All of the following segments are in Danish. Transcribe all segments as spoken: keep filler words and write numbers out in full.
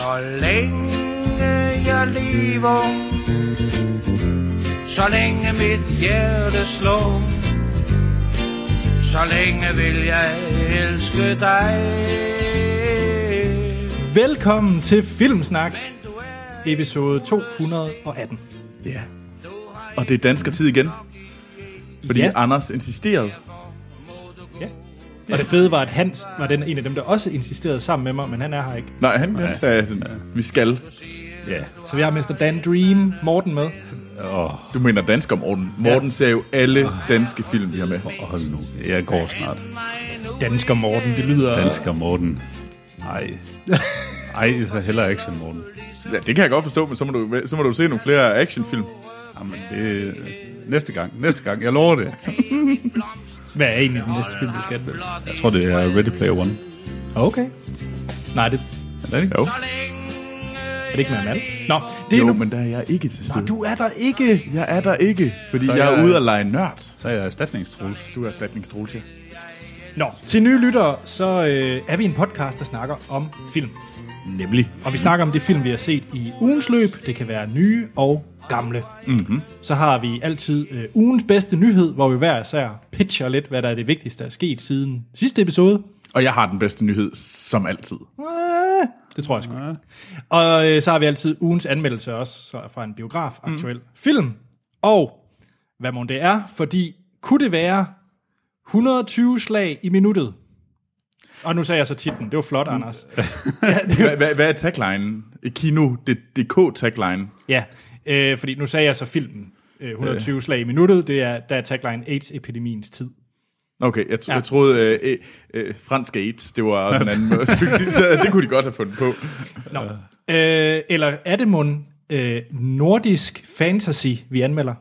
Så længe jeg lever, så længe mit hjerte slår, så længe vil jeg elske dig. Velkommen til Filmsnak, episode to hundrede og atten. Ja, og det er danskertid igen, fordi ja. Anders insisterede. Ja, og det fede var, at Hans var den en af dem, der også insisterede sammen med mig, men han er her ikke. Nej, han ja. sagde sådan, vi skal. Ja. Så vi har mister Dan Dream Morten med. Oh. Du mener dansker Morten. Morten ja. ser jo alle danske film, vi har med. Hold nu, jeg går snart. Dansker Morten, det lyder... Dansker Morten. Ej. Ej, så heller action Morten. Ja, det kan jeg godt forstå, men så må du, så må du se nogle flere actionfilm. Jamen, det næste gang. Næste gang, jeg lover det. Hvad er egentlig den næste film, du skal anmelde? Jeg tror, det er Ready Player One. Okay. Nej, det... Er det ikke? Jo. Er det ikke med Amal? Nå, det er jo, nu... men der er jeg ikke til stede. Nå, du er der ikke. Jeg er der ikke, fordi så jeg er jeg... ude at lege nørd. Så er jeg erstatningstruls. Du er erstatningstruls, ja. Nå, til nye lyttere, så øh, er vi en podcast, der snakker om film. Nemlig. Og vi snakker om det film, vi har set i ugens løb. Det kan være nye og gamle. Mm-hmm. Så har vi altid øh, ugens bedste nyhed, hvor vi hver især pitcher lidt, hvad der er det vigtigste, der er sket siden sidste episode. Og jeg har den bedste nyhed, som altid. Ah, det tror jeg sgu. Ah. Og øh, så har vi altid ugens anmeldelse også så fra en biograf, aktuel mm. film. Og hvad må det er, fordi kunne det være hundrede og tyve slag i minuttet? Og nu sagde jeg så titlen. Det var flot, Anders. ja, det var... hvad, hvad er taglinen? Kino D K tagline. Ja, øh, fordi nu sagde jeg så filmen. Øh, hundrede og tyve øh. slag i minuttet, det er, der er tagline AIDS-epidemiens tid. Okay, jeg, t- ja. jeg troede øh, øh, fransk AIDS, det var sådan en anden måde. Så det kunne de godt have fundet på. Nå. Øh, eller er det mon øh, nordisk fantasy, vi anmelder?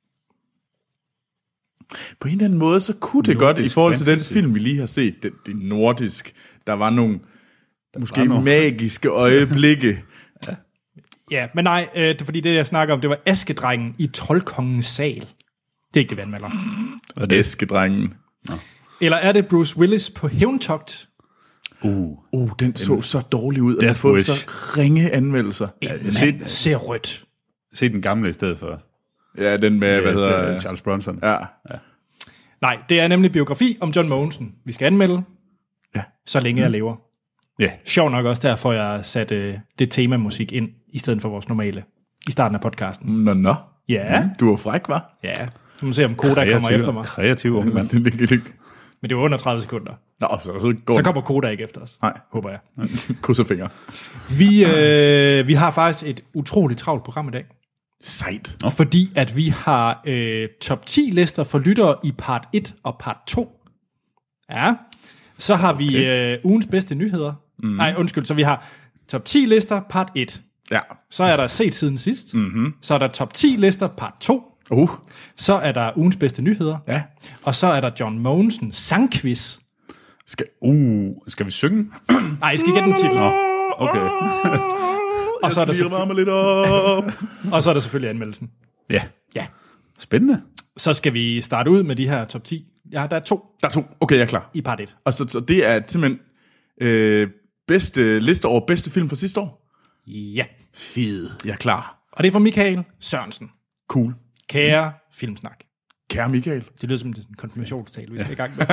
På en eller anden måde, så kunne det nordisk godt, i forhold til fantasy. Den film, vi lige har set, det, det nordisk, der var nogle der måske var nogle... magiske øjeblikke. ja. ja, men nej, øh, det, fordi det, jeg snakker om, det var Askedrengen i Troldkongens sal. Det er ikke det, vi anmelder. Og det Askedrengen. Nå. Eller er det Bruce Willis på hævntogt? Uh, uh den så så dårlig ud, og den har fået så ringe anmeldelser. En ja, mand se, ser rødt. Se den gamle i stedet for. Ja, den med, hvad hedder det, Charles Bronson. Ja. ja. Nej, det er nemlig biografi om John Mogensen. Vi skal anmelde, ja. så længe mm. jeg lever. Ja. Sjov nok også derfor, jeg satte øh, det temamusik ind, i stedet for vores normale, i starten af podcasten. Nå, nå. Ja. Mm, du var fræk, hva'? Ja, så må se, om Koda kreativ, kommer efter mig. Kreativ unge mand. Men det var under tredive sekunder. Nå, så, så, går så kommer Koda ikke efter os. Nej. Håber jeg. Krydser fingre. Vi, øh, vi har faktisk et utroligt travlt program i dag. Sejt. Nå. Fordi at vi har øh, top ti lister for lyttere i part et og part to. Ja. Så har vi okay. øh, ugens bedste nyheder. Mm. Nej, undskyld. Så vi har top ti lister part et. Ja. Så er der set siden sidst. Mm-hmm. Så er der top ti lister part to. Uh. Så er der ugens bedste nyheder. Ja. Og så er der John Mogensen sangquiz. Skal, uh, skal vi synge? Nej, I skal gætte den titel. Nå, okay. Og så, er der selvfølgelig... lidt op. og så er der selvfølgelig anmeldelsen. Ja. Ja. Spændende. Så skal vi starte ud med de her top ti. Ja, der er to. Der er to. Okay, jeg er klar. I part et. Og så, så det er simpelthen øh, bedste liste over bedste film fra sidste år? Ja. Fed. Jeg er klar. Og det er fra Michael Sørensen. Cool. Kære Filmsnak. Kære Michael. Det lyder som en konfirmationstale, vi skal i gang med.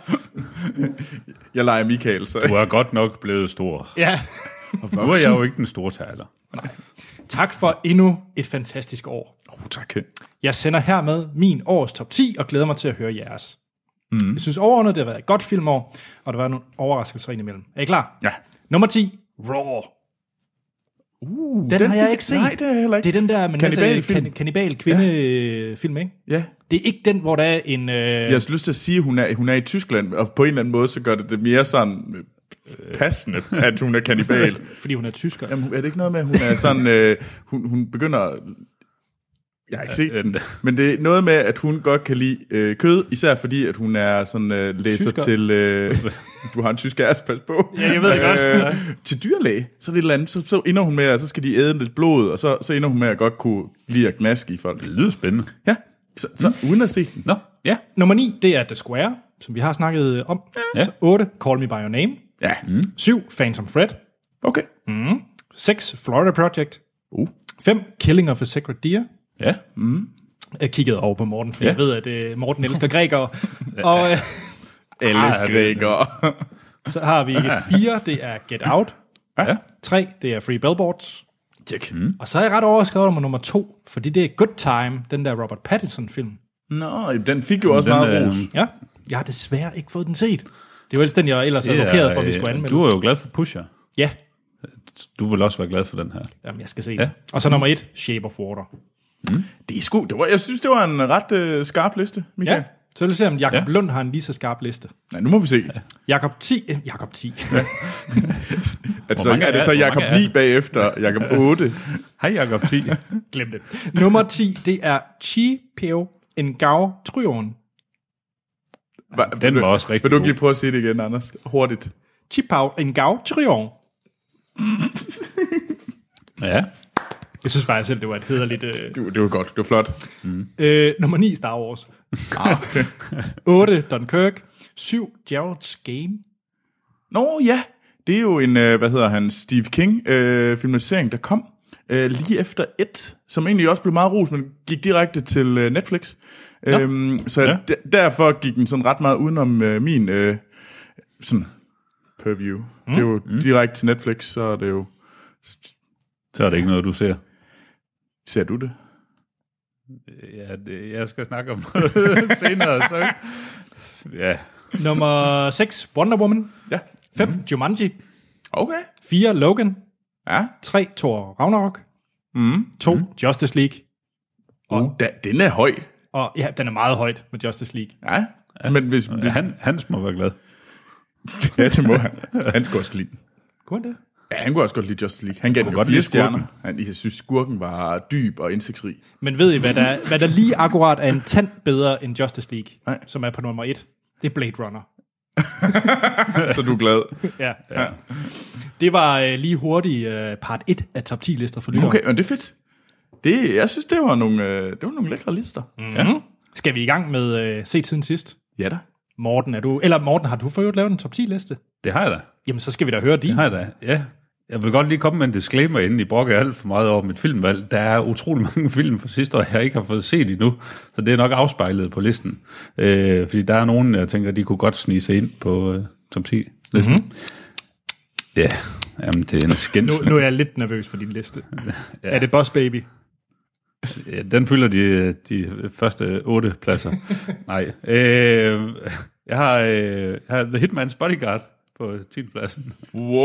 Jeg leger Michael, så... Du er godt nok blevet stor. Ja. Nu er jeg jo ikke den store taler. Nej. Tak for endnu et fantastisk år. Oh, tak. Jeg sender hermed min års top ti, og glæder mig til at høre jeres. Mm. Jeg synes overordnet, det har været et godt filmår, og der var nogle overraskelser indimellem. Er I klar? Ja. Nummer ti. Raw. Uh, den, den har jeg ikke set. Nej, det er heller ikke. Det er den der med kannibal-film. Kan, kannibal kvinde-film, ikke? Ja. Det er ikke den, hvor der er en... Øh... Jeg har lyst til at sige, at hun er, hun er i Tyskland, og på en eller anden måde, så gør det det mere sådan øh, passende, at hun er kannibal. Fordi hun er tysker. Jamen, er det ikke noget med, at hun er sådan... Øh, hun, hun begynder... Jeg har ikke set den, men det er noget med, at hun godt kan lide øh, kød, især fordi, at hun er sådan øh, læser tysker. til... Øh, du har en tysk æres, pas på. Ja, jeg ved det godt. Øh, til dyrlæge, så er det et eller andet, så, så ender hun med, at så skal de æde lidt blod, og så, så ender hun med at godt kunne lide at gnaske i folk. Det lyder spændende. Ja, så, så mm. uden at se den. Nå, ja. Nummer ni, det er The Square, som vi har snakket om. Ja. Så otte, Call Me By Your Name. Ja. Mm. syv, Phantom Thread. Okay. Mm. seks, Florida Project. Uh. fem, Killing of a Sacred Deer. Ja. Mm. Jeg kiggede over på Morten, for Ja. jeg ved, at uh, Morten elsker grækere. Og uh, Alle Ah, grækere. så har vi fire, det er Get Out. Ja. tre, det er Free Billboards. Check. Mm. Og så er jeg ret overskrevet om nummer to, fordi det er Good Time, den der Robert Pattinson-film. Nå, den fik jo også Den, meget øh, ros. Ja, jeg har desværre ikke fået den set. Det var ellers den, jeg ellers havde blokeret for, at vi skulle anmelde. Du er jo glad for Pusher. Ja, Du vil også være glad for den her. jamen, jeg skal se Ja. den. Og så nummer et, Shape of Water. Det er sgu, det var, jeg synes, det var en ret øh, skarp liste, Michael. Ja, så vil vi se, om Jakob Ja. Lund har en lige så skarp liste. Nej, nu må vi se. Jakob ti. Øh, Jakob ti. Er det, så, mange er det er- så hvor Jakob mange er ni bagefter, Jakob otte? Hej Jacob ti. Glem det. Nummer ti, det er Chi Peo Ngao Tryon. Hva- Den vil var du- også rigtig Vil du god. ikke lige prøve at sige det igen, Anders? Hurtigt. Chi Pao Ngao Tryon. Ja. Jeg synes faktisk selv, det var et hederligt... Øh, Det, det var godt, det var flot. øh, nummer ni, Star Wars. otte, Dunkirk. syv, Gerald's Game. Nå ja, det er jo en, øh, hvad hedder han, Steve King øh, filmatisering, der kom øh, lige efter et, som egentlig også blev meget ros, men gik direkte til øh, Netflix. Øhm, så Ja. ja. d- derfor gik den sådan ret meget udenom øh, min øh, sådan purview. Mm. Det er jo mm. direkte til Netflix, så er det jo... Så er det ikke noget, du ser. Ser du det? Ja, det, jeg skal snakke om noget senere, så... Ja. Nummer seks, Wonder Woman. Ja. fem, mm. Jumanji. Okay. fire, Logan. Ja. tre, Thor Ragnarok. Mm. to, mm. Justice League. Uh, da, den er høj. Og ja, den er meget højt med Justice League. Ja. ja. Men hvis... Ja, han, Hans må være glad. Ja, det må han. Han skulle også lide den. Kunne det? Ja, han kunne også godt lide Justice League. Han gav den jo godt fire lide skurken. stjerner. Han, jeg synes, skurken var dyb og indsigtsrig. Men ved I, hvad der, hvad der lige akkurat er en tand bedre end Justice League, Nej. som er på nummer et? Det er Blade Runner. Så du er glad. Ja. ja. Det var øh, lige hurtigt øh, part et af top ti lister for lyttere. Okay, men det er fedt. Det, jeg synes, det var nogle, øh, det var nogle lækre lister. Mm-hmm. Ja. Skal vi i gang med øh, set siden sidst? Ja da. Morten, er du, eller Morten, har du for øvrigt lavet en top ti liste? Det har jeg da. Jamen, så skal vi da høre din. Det har jeg da, ja. Jeg vil godt lige komme med en disclaimer, inden I brokker alt for meget over mit filmvalg. Der er utrolig mange film fra sidste år, jeg ikke har fået set endnu, så det er nok afspejlet på listen. Øh, fordi der er nogen, jeg tænker, de kunne godt snige sig ind på øh, top ti-listen. Mm-hmm. Ja, jamen det er en skændsel. Nu, nu er jeg lidt nervøs for din liste. Ja. Er det Boss Baby? Ja, den fylder de, de første otte pladser. Nej. Øh, jeg, har, øh, jeg har The Hitman's Bodyguard på tiende pladsen.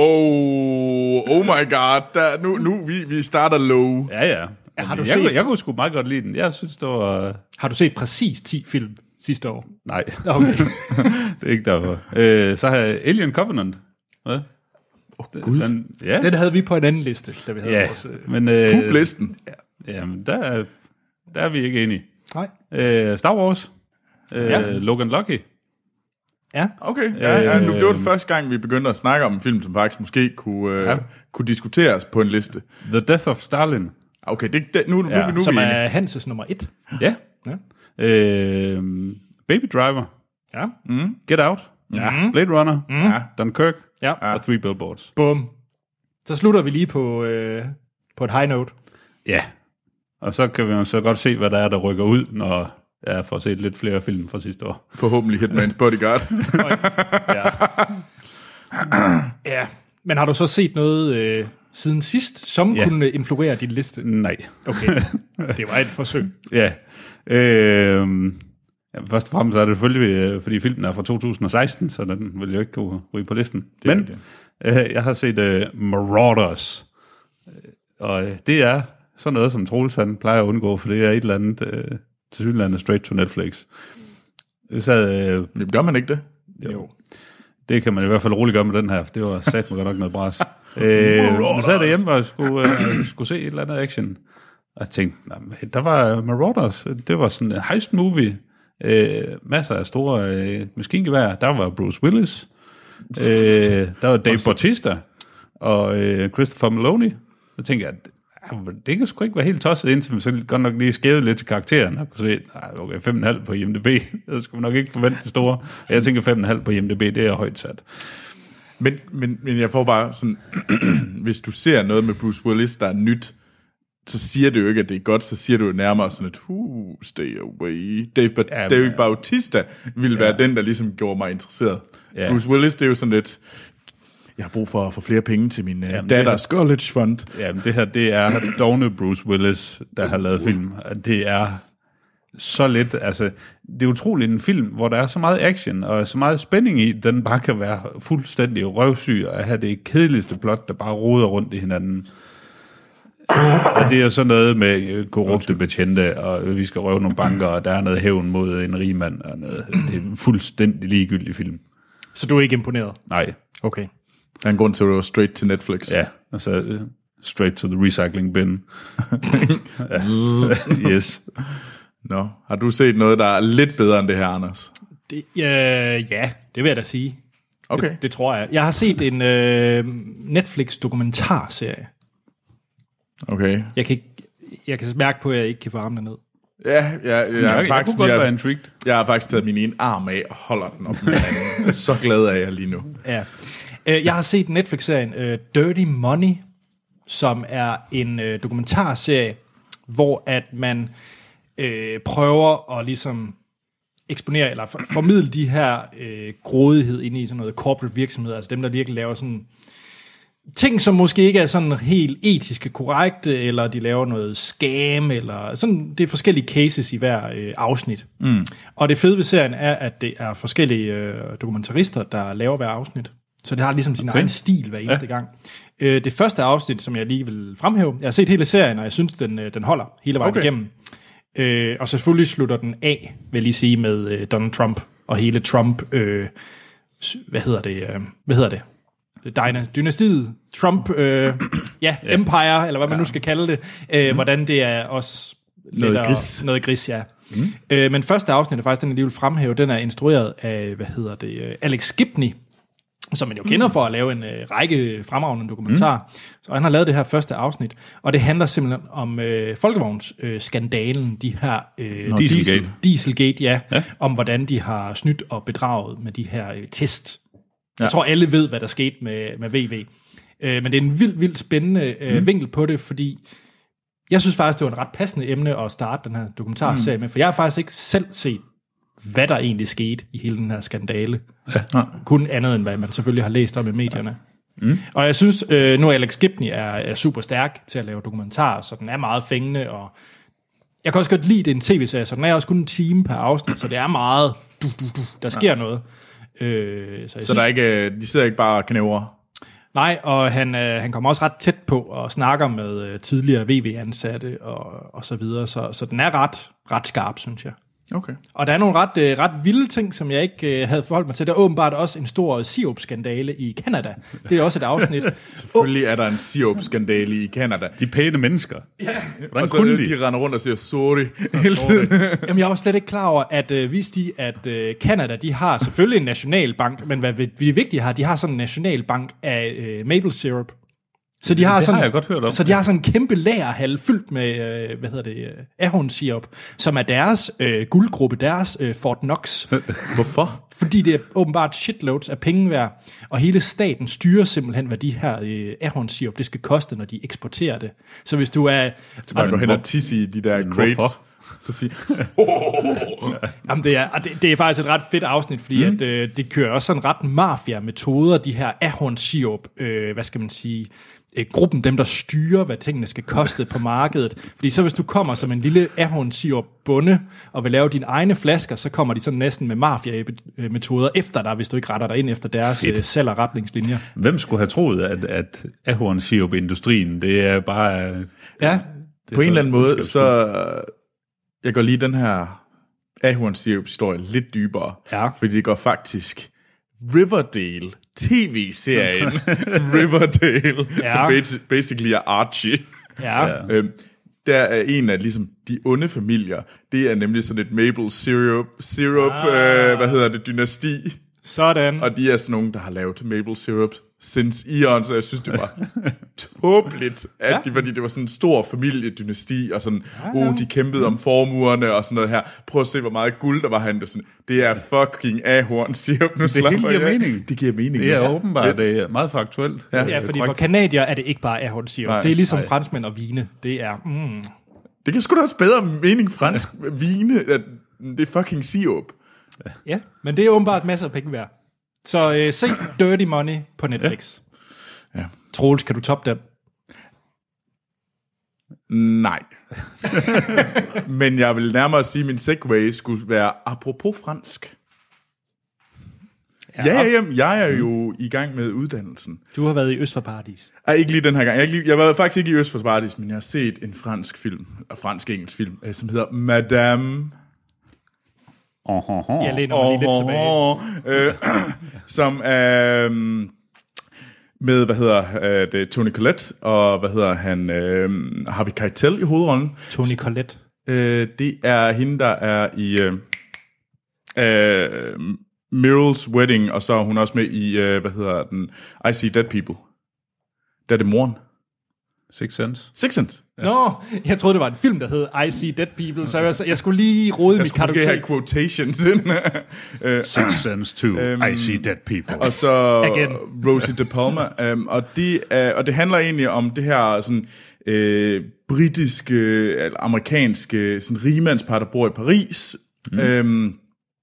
Wow, oh my god. Der, nu, nu vi, vi starter low. Ja, ja. Ja, har du jeg, set- kunne, jeg kunne sgu meget godt lide den. Jeg synes, det var... Har du set præcis ti film sidste år? Nej, Okay. det er ikke derfor. Øh, så har jeg Alien Covenant. Hvad? Oh, Gud. Den, ja, Den havde vi på en anden liste, da vi havde ja, vores... Øh... men øh, Publisten. jamen, der, er- der er vi ikke enige. Nej. Øh, Star Wars. Øh, Ja. Logan Lucky. Ja. Okay, ja, ja, nu, det var det første gang, vi begyndte at snakke om en film, som faktisk måske kunne, øh, Ja. kunne diskuteres på en liste. The Death of Stalin. Okay, det, det, nu, nu, Ja, nu, nu er Som vi enige. er Hanses nummer et. Ja. Ja. Øh, Baby Driver. Ja. Get Out. Ja. Blade Runner. Ja. Dunkirk. Ja. Og Three Billboards. Bum. Så slutter vi lige på, øh, på et high note. Ja. Og så kan vi jo så godt se, hvad der er, der rykker ud, når jeg får set lidt flere film fra sidste år. Forhåbentlig Hitman's Bodyguard. Ja. Ja. Men har du så set noget øh, siden sidst, som Ja. kunne influere din liste? Nej. Okay. Det var et forsøg. Ja. Øh, ja. Først og fremmest er det selvfølgelig, øh, fordi filmen er fra to tusind og seksten, så den vil jo ikke kunne ryge på listen. er Men det. øh, jeg har set øh, Marauders. Øh, Og øh, det er sådan noget, som Troels han plejer at undgå, for det er et eller andet øh, tilsyneladende straight to Netflix. Vi sad, øh, Jamen, gør man ikke det? Jo. det kan man i hvert fald roligt gøre med den her, for det var sat mig godt nok noget bras. øh, men så er det hjemme og skulle, øh, skulle se et eller andet action. Og jeg tænkte, nej, men der var Marauders, det var sådan en heist movie, øh, masser af store øh, maskingevær, der var Bruce Willis, øh, der var Dave Bautista og øh, Christopher Maloney. Så tænkte jeg, at det kan sgu ikke være helt tosset, indtil man så godt nok lige skævede lidt til karakteren, og kunne se, nej, okay, fem komma fem på I M D B, det skulle man nok ikke forvente det store. Jeg tænker fem komma fem på I M D B, det er højt sat. Men, men, men jeg får bare sådan, hvis du ser noget med Bruce Willis, der er nyt, så siger det jo ikke, at det er godt, så siger du jo nærmere sådan et, uh, stay away. Dave, ba- ja, Dave Bautista ville ja. være den, der ligesom gjorde mig interesseret. Ja. Bruce Willis, det er jo sådan lidt, jeg har brug for at få flere penge til min uh, datters her, college fund. Jamen det her, det er dovne Bruce Willis, der har lavet film. Det er så lidt, altså, det er utroligt en film, hvor der er så meget action og så meget spænding i, den bare kan være fuldstændig røvsyg og have det kedeligste plot, der bare roder rundt i hinanden. Og det er sådan noget med korrupte betjente, og vi skal røve nogle banker, og der er noget hævn mod en rigmand, og noget. Det er en fuldstændig ligegyldig film. Så du er ikke imponeret? Nej. Okay. Der er en grund til, at du var straight til Netflix. Ja, altså uh, straight to the recycling bin. Ja. Yes. Nå, har du set noget, der er lidt bedre end det her, Anders? Det, øh, ja, det vil jeg da sige. Okay. Det, det tror jeg. Jeg har set en øh, Netflix-dokumentarserie. Okay. Jeg kan, ikke, jeg kan mærke på, at jeg ikke kan få armene ned. Ja, jeg, jeg, jeg, jeg, faktisk, jeg kunne godt jeg, være intrigued. Jeg har faktisk taget min ene arm af og holder den op med anden. Så glad er jeg lige nu. Ja. Jeg har set Netflix-serien uh, Dirty Money, som er en uh, dokumentarserie, hvor at man uh, prøver at ligesom eksponere eller for, formidle de her uh, grådighed inde i sådan noget corporate virksomhed, altså dem, der virkelig laver sådan ting, som måske ikke er sådan helt etiske korrekte, eller de laver noget scam, eller sådan, det er forskellige cases i hver øh, afsnit. Mm. Og det fede ved serien er, at det er forskellige øh, dokumentarister, der laver hver afsnit. Så det har ligesom sin okay. egen stil hver eneste ja. gang. Øh, det første afsnit, som jeg lige vil fremhæve, jeg har set hele serien, og jeg synes, den, øh, den holder hele vejen okay. igennem. Øh, og selvfølgelig slutter den af, vil jeg lige sige, med øh, Donald Trump, og hele Trump, øh, hvad hedder det, øh, hvad hedder det? Dynastiet, Trump, øh, ja, yeah. Empire, eller hvad man ja. nu skal kalde det, øh, mm. hvordan det er også noget lidt gris. Og, noget gris, ja. Mm. Øh, men første afsnit er faktisk, den jeg lige vil fremhæve, den er instrueret af, hvad hedder det, Alex Gibney, som man jo kender for at lave en øh, række fremragende dokumentarer. Mm. Så han har lavet det her første afsnit, og det handler simpelthen om øh, folkevognsskandalen, øh, de her øh, Nå, Dieselgate. Dieselgate, ja, ja, om hvordan de har snydt og bedraget med de her øh, test. Ja. Jeg tror, alle ved, hvad der skete med, med V V. Øh, men det er en vildt, vildt spændende øh, mm. vinkel på det, fordi jeg synes faktisk, det var en ret passende emne at starte den her dokumentarserie mm. med, for jeg har faktisk ikke selv set, hvad der egentlig skete i hele den her skandale. Ja. Kun andet end, hvad man selvfølgelig har læst om i medierne. Mm. Og jeg synes, øh, nu Alex Gibney er, er super stærk til at lave dokumentarer, så den er meget fængende, og jeg kan også godt lide, det er en tv-serie, så den er også kun en time per afsnit, så det er meget, du, du, du, der sker ja. noget. Øh, så så synes, der er ikke, de sidder ikke bare og knæver? Nej, og han, øh, han kommer også ret tæt på og snakker med øh, tidligere V V-ansatte og, og så videre, så, så den er ret, ret skarp, synes jeg. Okay. Og der er nogle ret, øh, ret vilde ting, som jeg ikke øh, havde forholdt mig til. Der er åbenbart også en stor sirup-skandale i Canada. Det er også et afsnit. Selvfølgelig er der en sirup-skandale i Canada. De pæne mennesker. Ja. Hvordan kunne de? De render rundt og siger sorry hele tiden. Jamen, jeg var slet ikke klar over, at øh, vidste de, at øh, Canada, de har selvfølgelig en nationalbank, men hvad det vigtige har, de har sådan en nationalbank af øh, maple syrup. Så de har det sådan, har jeg godt hørt om. Så de har sådan en kæmpe lagerhal fyldt med, øh, hvad hedder det, øh, ahornsirup, som er deres øh, guldgruppe, deres øh, Fort Knox. Hvorfor? Fordi det er åbenbart shitloads af penge værd, og hele staten styrer simpelthen, hvad de her øh, ahornsirup, det skal koste, når de eksporterer det. Så hvis du er... Du bare gå hen og tisse i de der crates. Så sig, Jamen det er, det, det er faktisk et ret fedt afsnit, fordi mm. at, øh, det kører også sådan ret mafia-metoder, de her ahornsirup, øh, hvad skal man sige, øh, gruppen, dem der styrer, hvad tingene skal koste på markedet. Fordi så hvis du kommer som en lille ahornsirup-bonde og vil lave dine egne flasker, så kommer de sådan næsten med mafia-metoder efter dig, hvis du ikke retter dig ind efter deres øh, selv- og retningslinjer. Hvem skulle have troet, at, at ahornsirup-industrien, det er bare... Ja, det på en eller anden måde, så... Jeg går lige den her ahornsirup-historie lidt dybere, ja. fordi det går faktisk Riverdale, tv-serien Riverdale, ja. som basically er Archie. Ja. øhm, der er en af ligesom de onde familier, det er nemlig sådan et maple syrup, syrup ah. øh, hvad hedder det, dynasti. Sådan. Og de er sådan nogen, der har lavet maple syrup since eon, så jeg synes, det var tåbeligt, at ja. de, fordi det var sådan en stor familiedynasti, og sådan, ja, ja. oh, de kæmpede om formuerne og sådan noget her. Prøv at se, hvor meget guld der var han. Det, sådan, det er fucking ahorn syrup. Nu det helt giver mening. Det giver mening. Det er ja. åbenbart det er meget faktuelt. Ja, ja fordi for kanadier er det ikke bare ahorn syrup. Nej, det er ligesom nej. franskmænd og vine. Det er... Mm. Det kan sgu da også bedre mening fransk ja. vine. Det er fucking sirup. Ja, men det er åbenbart masser af penge værd. Så øh, se Dirty Money på Netflix. Ja. Ja. Troels, kan du toppe den? Nej. Men jeg vil nærmere sige, at min segway skulle være apropos fransk. Ja, ja, ja, jeg er jo i gang med uddannelsen. Du har været i Øst for Paradis. Ej, ikke lige den her gang. Jeg, lige, jeg var faktisk ikke i Øst for Paradis, men jeg har set en fransk film, en fransk-engelsk film, som hedder Madame... Oh, oh, oh. Jeg læner mig lige lidt tilbage. Øh, som er med, hvad hedder øh, det, Toni Collette, og hvad hedder han, øh, Harvey Keitel i hovedrollen. Toni Collette? Øh, det er hende, der er i øh, øh, Meryl's Wedding, og så er hun også med i, øh, hvad hedder den, I See Dead People. Der er det moren. Six Sense. Six Sense. Ja. Nå, jeg troede, det var en film, der hed I See Dead People, så jeg, jeg skulle lige rode mit kartotek. Jeg skulle måske have quotations ind. Six Sense to um, I See Dead People. Og så Again. Rosie De Palma. Um, og, det, uh, og det handler egentlig om det her sådan, uh, britiske, eller amerikanske sådan, rigmandspar, der bor i Paris. Mm. Um,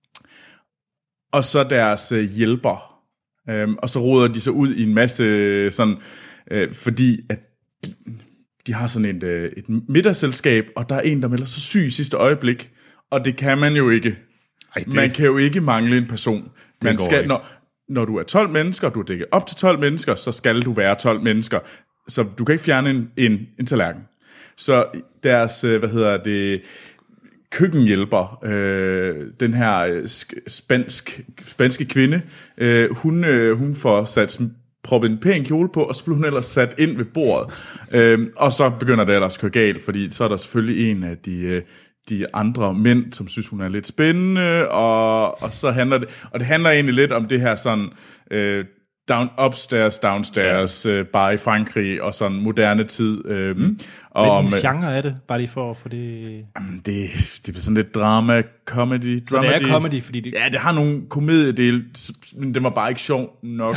og så deres uh, hjælper. Um, og så roder de så ud i en masse sådan, uh, fordi at de har sådan et, et middagsselskab, og der er en, der melder sig syg i sidste øjeblik, og det kan man jo ikke. Ej, det... Man kan jo ikke mangle en person. Man skal, når, når du er tolv mennesker, og du er dækket op til tolv mennesker, så skal du være tolv mennesker. Så du kan ikke fjerne en, en, en tallerken. Så deres, hvad hedder det, køkkenhjælper, øh, den her spansk, spanske kvinde, øh, hun, øh, hun får sat proppe en pæn kjole på, og så bliver hun ellers sat ind ved bordet. Øhm, og så begynder det ellers at køre galt, fordi så er der selvfølgelig en af de, de andre mænd, som synes, hun er lidt spændende, og, og så handler det, og det handler egentlig lidt om det her sådan, øh, down, upstairs, downstairs, ja. øh, bare i Frankrig, og sådan moderne tid. Øh, mm. og Hvilken genre er det? Bare lige for at få det... Det, det er sådan lidt drama, comedy. Så det er comedy, fordi det... Ja, det har nogle komediedele, men det var bare ikke sjov nok.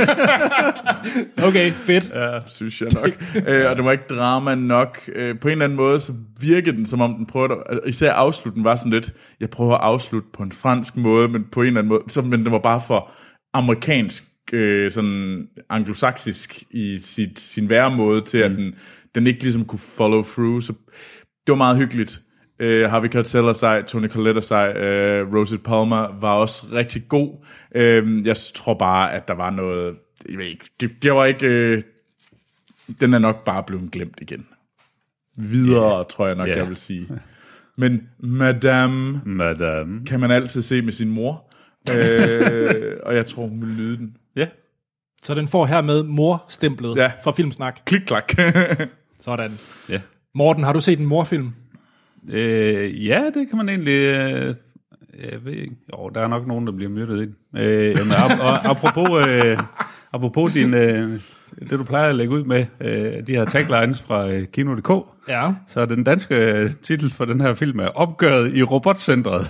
Okay, fedt. Ja, synes jeg nok. øh, og det var ikke drama nok. Øh, på en eller anden måde, så virkede den, som om den prøvede at... Især afslutningen var sådan lidt... Jeg prøver at afslutte på en fransk måde, men på en eller anden måde... Så, men det var bare for amerikansk, øh, sådan anglosaksisk i sit, sin væremåde til, at den, den ikke ligesom kunne follow through. Så det var meget hyggeligt. Uh, Harvey Keitel er sej, Toni Collette er sej, uh, Rosie Palma var også rigtig god. Uh, jeg tror bare, at der var noget... Jeg ved ikke, det, det var ikke... Uh, den er nok bare blevet glemt igen. Videre, yeah. tror jeg nok, yeah. jeg vil sige. Men Madame, Madame kan man altid se med sin mor. uh, og jeg tror, hun vil nyde den. Ja. Yeah. Så den får hermed mor-stemplet ja. fra Filmsnak. Klik-klak. Sådan. Ja. Yeah. Morten, har du set en morfilm? Øh, ja, det kan man egentlig... Øh, jeg ved ikke. Jo, der er nok nogen, der bliver myrdet ind. Øh, jamen, ap- og, apropos, øh, apropos din, øh, det, du plejer at lægge ud med, øh, de her taglines fra øh, Kino punktum d k, ja. Så den danske øh, titel for den her film er Opgøret i Robotcentret.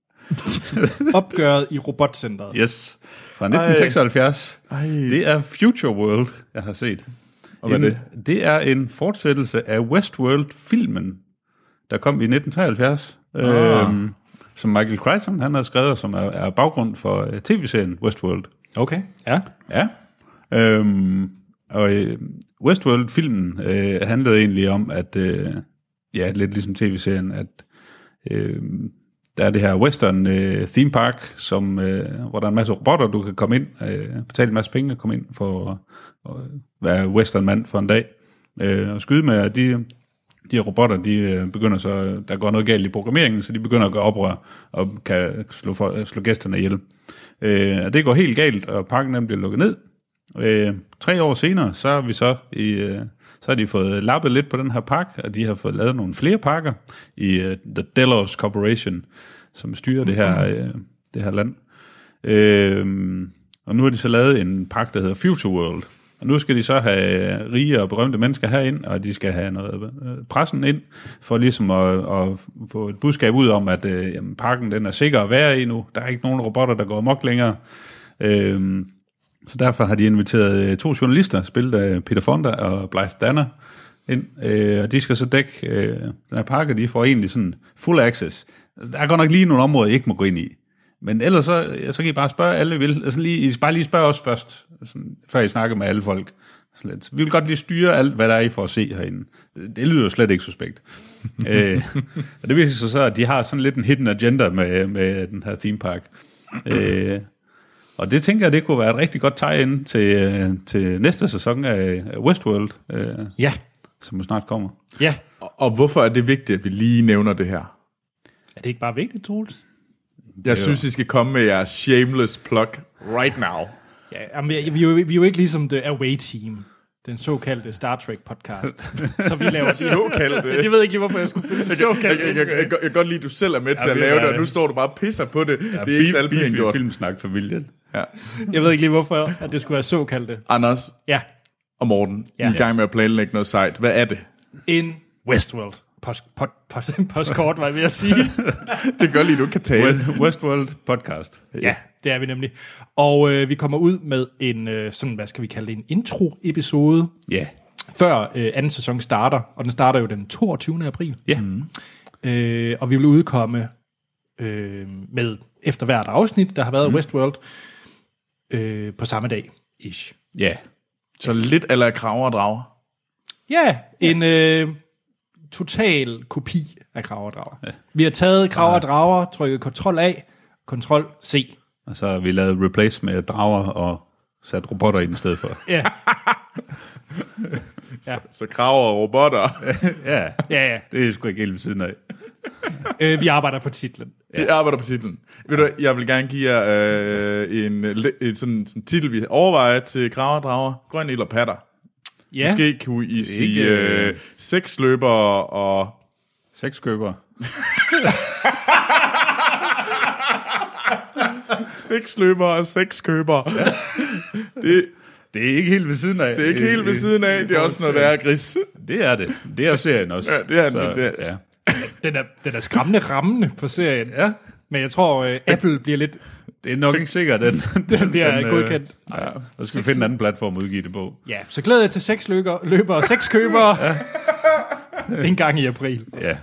Opgøret i Robotcentret. Yes. Fra nitten seksoghalvfjerds. Ej. Det er Future World, jeg har set. Og hvad er det? Det er en fortsættelse af Westworld-filmen, der kom i nitten treoghalvfjerds, ah. øhm, som Michael Crichton han har skrevet, som er, er baggrund for uh, tv-serien Westworld. Okay, ja. Ja. Øhm, og øh, Westworld-filmen øh, handlede egentlig om, at, øh, ja, lidt ligesom tv-serien, at øh, der er det her western øh, theme park, som, øh, hvor der er en masse robotter, du kan komme ind, øh, betale en masse penge og komme ind for at, at være western-mand for en dag. Øh, og skyde med, at de... De her robotter, de begynder så, der går noget galt i programmeringen, så de begynder at gøre oprør og kan slå, for, slå gæsterne ihjel. Øh, og det går helt galt, og parken den bliver lukket ned. Øh, tre år senere, så har vi så i, øh, så har de fået lappet lidt på den her park, og de har fået lavet nogle flere parker i uh, The Delos Corporation, som styrer det her, øh, det her land. Øh, og nu har de så lavet en pakke, der hedder Future World. Og nu skal de så have rige og berømte mennesker herind, og de skal have noget pressen ind, for ligesom at, at få et budskab ud om, at øh, jamen, pakken den er sikker at være i nu. Der er ikke nogen robotter, der går amok længere. Øh, så derfor har de inviteret to journalister, spillet af Peter Fonda og Blythe Danner, ind, øh, og de skal så dække øh, den her pakke, de får egentlig sådan full access. Altså, der er godt nok lige nogle områder, I ikke må gå ind i. Men ellers så, så kan I bare spørge alle, I vil. Altså lige, I skal bare lige spørge os først, sådan, før I snakker med alle folk. Slet. Vi vil godt lige styre alt, hvad der er, I får at se herinde. Det lyder jo slet ikke suspekt. øh, og det viser sig så, at de har sådan lidt en hidden agenda med, med den her theme park. øh, og det tænker jeg, det kunne være et rigtig godt tegn til, til næste sæson af Westworld. Øh, ja. Som snart kommer. Ja. Og, og hvorfor er det vigtigt, at vi lige nævner det her? Er det ikke bare vigtigt, Troels? Jeg synes, I skal komme med jeres shameless plug right now. Ja, jamen, vi, er jo, vi er jo ikke ligesom The Away Team, den såkaldte Star Trek podcast. Så vi laver det. Såkaldte? Jeg ved ikke lige, hvorfor jeg skulle finde det såkaldte. Jeg, jeg, jeg, jeg, jeg kan godt lide, at du selv er med til ja, at lave det, og nu står du bare og pisser på det. Ja, det er ikke så pænt gjort. Filmsnak for viljen. Ja. Jeg ved ikke lige, hvorfor at det skulle være såkaldte. Anders ja. og Morten, ja. I er i gang med at planlægge noget sejt. Hvad er det? En Westworld. Post, post, post, postkort, var jeg ved at sige. Det gør lige, du kan tale. Westworld podcast. Ja, det er vi nemlig. Og øh, vi kommer ud med en, øh, sådan, hvad skal vi kalde det, en intro-episode. Ja. Yeah. Før øh, anden sæson starter, og den starter jo den toogtyvende april. Ja. Yeah. Mm. Øh, og vi vil udkomme øh, med efter hvert afsnit, der har været mm. Westworld, øh, på samme dag. Ish. Ja. Yeah. Så lidt eller kraver og drager. Ja, en... Øh, total kopi af Krager og Drager. Ja. Vi har taget Krager og Drager, trykket kontrol A, kontrol C. Og så har vi lavet replace med drager og sat robotter ind i stedet for. Ja. ja. Så, så Krager og robotter. ja. ja, ja. Det er sgu ikke helt ved siden af. øh, vi arbejder på titlen. Ja. Vi arbejder på titlen. Ved du, jeg vil gerne give jer øh, en, en sådan, sådan titel, vi overvejer til Krager og Drager. Grøn ild og patter. Ja. Måske kunne I sige øh, sexløber og... Sexkøber. Sexløber og sexkøber. Ja. det, det er ikke helt ved siden af. Det er ikke helt ved siden af. Det er også noget værre gris. Det er det. Det er serien også. Ja, det er Så, det. Ja. Den er, den er skræmmende rammende på serien. Ja. Men jeg tror, uh, Apple bliver lidt... Det er nok ikke sikkert, den, den, den bliver den, godkendt. Øh, ja. Så skal vi finde en anden platform at udgive det på. Ja, så glæder jeg til seks løber, løber og seks købere. Ja. En gang i april. Ja.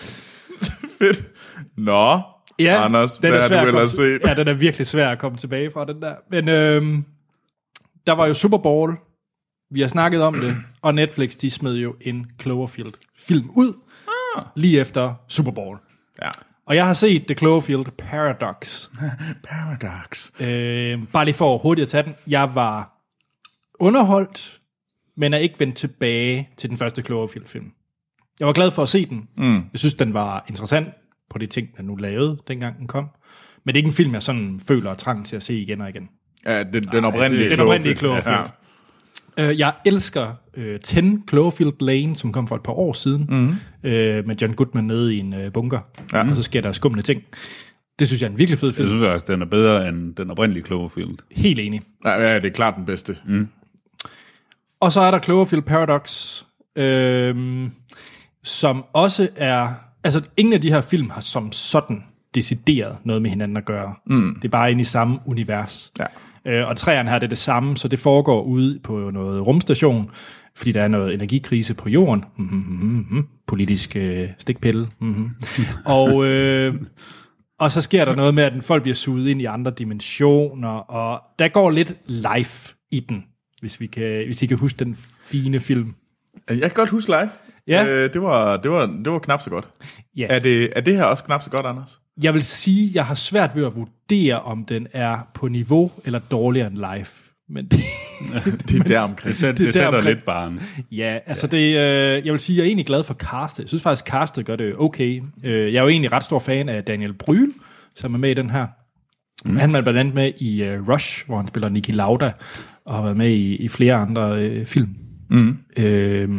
Fedt. Nå, ja, Anders, den hvad er har du ellers set? Ja, den er virkelig svær at komme tilbage fra, den der. Men øhm, der var jo Super Bowl. Vi har snakket om det. Og Netflix, de smed jo en Cloverfield-film ud. Ah. Lige efter Super Bowl. Ja. Og jeg har set The Cloverfield Paradox. Paradox. Øh, bare lige for hurtigt at tage den. Jeg var underholdt, men er ikke vendt tilbage til den første Cloverfield-film. Jeg var glad for at se den. Mm. Jeg synes, den var interessant på de ting, den nu lavede, dengang den kom. Men det er ikke en film, jeg sådan føler trang til at se igen og igen. Ja, den, den oprindelige Cloverfield. Den oprindelige Cloverfield. Ja. Uh, jeg elsker uh, ti Cloverfield Lane, som kom for et par år siden, mm-hmm. uh, med John Goodman nede i en uh, bunker, ja. Og så sker der skumle ting. Det synes jeg er en virkelig fed film. Jeg synes også, den er bedre end den oprindelige Cloverfield. Helt enig. Ja, ja, det er klart den bedste. Mm. Og så er der Cloverfield Paradox, øh, som også er... Altså, ingen af de her film har som sådan decideret noget med hinanden at gøre. Mm. Det er bare inde i samme univers. Ja. Øh, og træerne her det er det samme, så det foregår ude på noget rumstation, fordi der er noget energikrise på jorden. Mm-hmm, mm-hmm, politisk øh, stikpille. Mm-hmm. og, øh, og så sker der noget med, at folk bliver suget ind i andre dimensioner, og der går lidt life i den, hvis, vi kan, hvis I kan huske den fine film. Jeg kan godt huske live. Ja. Øh, det, var, det, var, det var knap så godt. Ja. Er, det, er det her også knap så godt, Anders? Jeg vil sige, at jeg har svært ved at vurdere, om den er på niveau eller dårligere end live. Men det, det er der omkring. Det, sæt, det, det sætter omkring. Lidt barn. Ja, altså ja. det, øh, jeg vil sige, at jeg er egentlig glad for castet. Jeg synes faktisk, at castet gør det okay. Jeg er jo egentlig ret stor fan af Daniel Brühl, som er med i den her. Mm. Han er blandt andet med i uh, Rush, hvor han spiller Niki Lauda, og har været med i, i flere andre øh, film. Mm. Øh,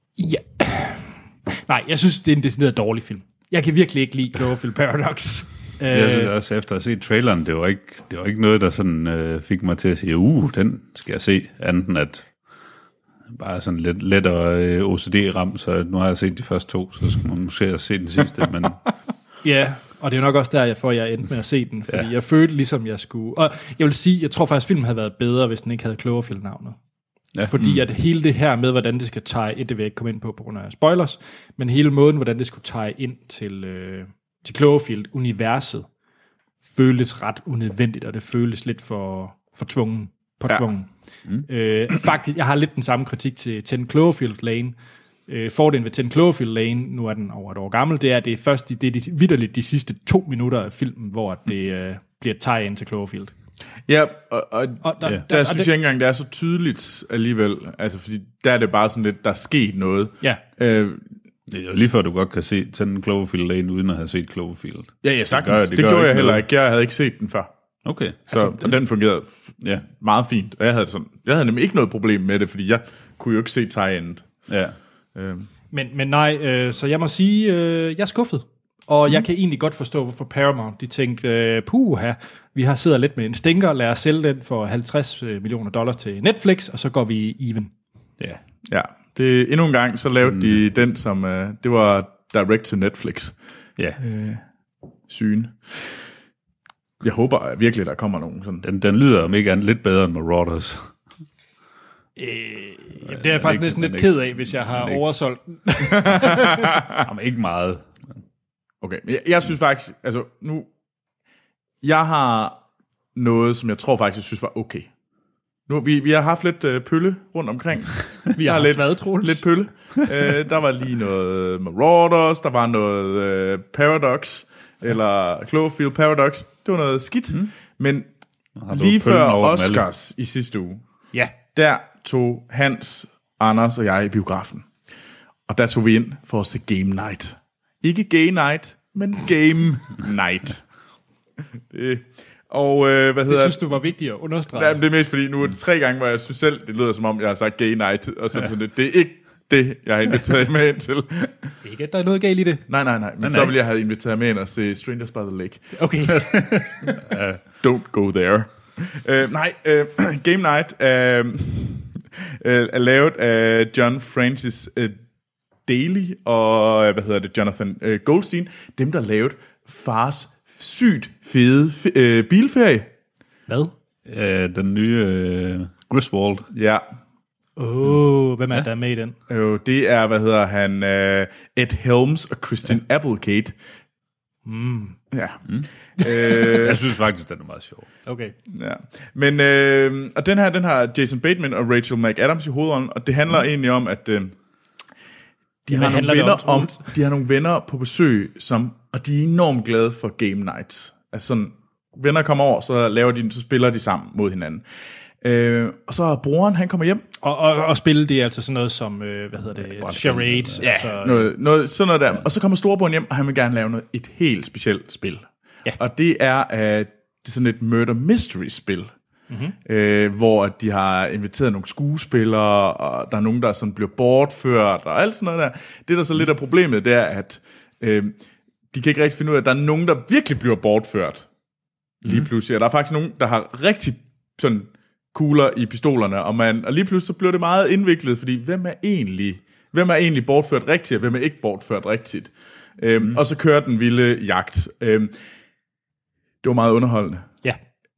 ja. Nej, jeg synes, det er en decideret dårlig film. Jeg kan virkelig ikke lide Cloverfield Paradox. Jeg synes også, efter at have set traileren, det var ikke, det var ikke noget, der sådan, øh, fik mig til at sige, uh, den skal jeg se, anden at bare sådan lidt lettere øh, O C D-ram, så nu har jeg set de første to, så skal man måske se den sidste, men... Ja, og det er nok også der, jeg får jeg endte med at se den, fordi ja. jeg følte ligesom, jeg skulle... Og jeg vil sige, jeg tror faktisk, filmen havde været bedre, hvis den ikke havde Cloverfield-navnet. Ja. Fordi mm. at hele det her med, hvordan det skal tage ind, det vil jeg ikke komme ind på på grund af spoilers, men hele måden, hvordan det skulle tage ind til, øh, til Cloverfield-universet, føltes ret unødvendigt, og det føltes lidt for, for tvungen. På tvungen. Ja. Mm. Øh, faktisk, jeg har lidt den samme kritik til ten Cloverfield Lane. Øh, fordelen ved ten Cloverfield Lane, nu er den over et år gammel, det er, at det er først det er de, vitterligt de sidste to minutter af filmen, hvor det øh, bliver tie ind til Cloverfield. Ja, og, og, og der, ja. der, der synes jeg ikke engang, det er så tydeligt alligevel. Altså, fordi der er det bare sådan lidt, der er sket noget. Ja. Øh, det er jo lige før, du godt kan se ten Cloverfield Lane, uden at have set Cloverfield. Ja, ja, sagtens. Det, det, det gjorde jeg heller ikke. Jeg havde ikke set den før. Okay. Så, altså, og den fungerede ja. meget fint. Og jeg havde, sådan, jeg havde nemlig ikke noget problem med det, fordi jeg kunne jo ikke se tie-endet. Ja. Øhm. Men, men nej, øh, så jeg må sige, øh, jeg er skuffet. Og mm. jeg kan egentlig godt forstå, hvorfor Paramount, de tænkte, øh, puha, vi har siddet lidt med en stinker, lad os sælge den for halvtreds millioner dollars til Netflix, og så går vi even. Ja, ja. Det, endnu en gang, så lavede mm. de den, som, øh, det var direct to Netflix. Ja. Øh, sygen. Jeg håber virkelig, der kommer nogen sådan. Den, den lyder om ikke andet lidt bedre end Marauders. Øh, jamen, det er jeg faktisk ikke, næsten lidt ikke, ked af, hvis jeg har oversolgt den. Jamen, ikke meget. Okay, jeg, jeg synes faktisk, altså nu, jeg har noget, som jeg tror faktisk, jeg synes var okay. Nu, vi, vi har haft lidt øh, pølle rundt omkring. Vi har, har lidt, hvad, lidt pølle. øh, der var lige noget Marauders, der var noget øh, Paradox, eller Cloverfield Paradox. Det var noget skidt. Mm. Men lige før Oscars i sidste uge, ja. der tog Hans, Anders og jeg i biografen. Og der tog vi ind for at se Game Night. Ikke Gay Night, men Game Night. Det, og øh, hvad hedder det? synes du var vigtigt at understrege. Ja, det er mest fordi, nu er det tre gange, hvor jeg synes selv, det lyder som om, jeg har sagt Gay Night. Og sådan, ja. sådan det, det er ikke det, jeg har inviteret med ind til. Ikke, at der er noget galt i det. Nej, nej, nej. Men nej, så ville jeg have inviteret med ind og se Strangers by the Lake. Okay. uh, don't go there. Uh, nej, uh, Game Night uh, uh, er lavet af John Francis uh, Daly og, hvad hedder det, Jonathan uh, Goldstein. Dem, der lavede Fars sygt fede uh, bilferie. Hvad? Uh, den nye uh, Griswold. Ja. Åh, oh, hvem er ja. der med i den? Jo, det er, hvad hedder han, uh, Ed Helms og Christian ja. Applegate. Mm. Ja. Mm. øh, jeg synes faktisk, den er meget sjov. Okay. Ja. Men, øh, og den her, den har Jason Bateman og Rachel McAdams i hovedånden, og det handler mm. egentlig om, at øh, de, har nogle venner om, om, de har nogle venner på besøg, som, og de er enormt glade for game nights. Altså sådan, venner kommer over, så laver de, så spiller de sammen mod hinanden. Øh, og så broren, han kommer hjem. Og, og, og spille det er altså sådan noget som, øh, hvad hedder det, ja, charades. Ja, altså, noget, noget, sådan noget der. Ja. Og så kommer storebroren hjem, og han vil gerne lave noget, et helt specielt spil. Ja. Og det er, uh, det er sådan et murder mystery spil. Mm-hmm. Øh, hvor de har inviteret nogle skuespillere, og der er nogen, der sådan bliver bortført, og alt sådan noget der. Det, der så lidt af problemet, det er, at øh, de kan ikke rigtig finde ud af, at der er nogen, der virkelig bliver bortført. Lige pludselig. Og der er faktisk nogen, der har rigtig sådan kugler i pistolerne, og, man, og lige pludselig så bliver det meget indviklet, fordi hvem er egentlig, hvem er egentlig bortført rigtigt, og hvem er ikke bortført rigtigt? Øhm, mm. Og så kører den vilde jagt. Øhm, det var meget underholdende. Ja.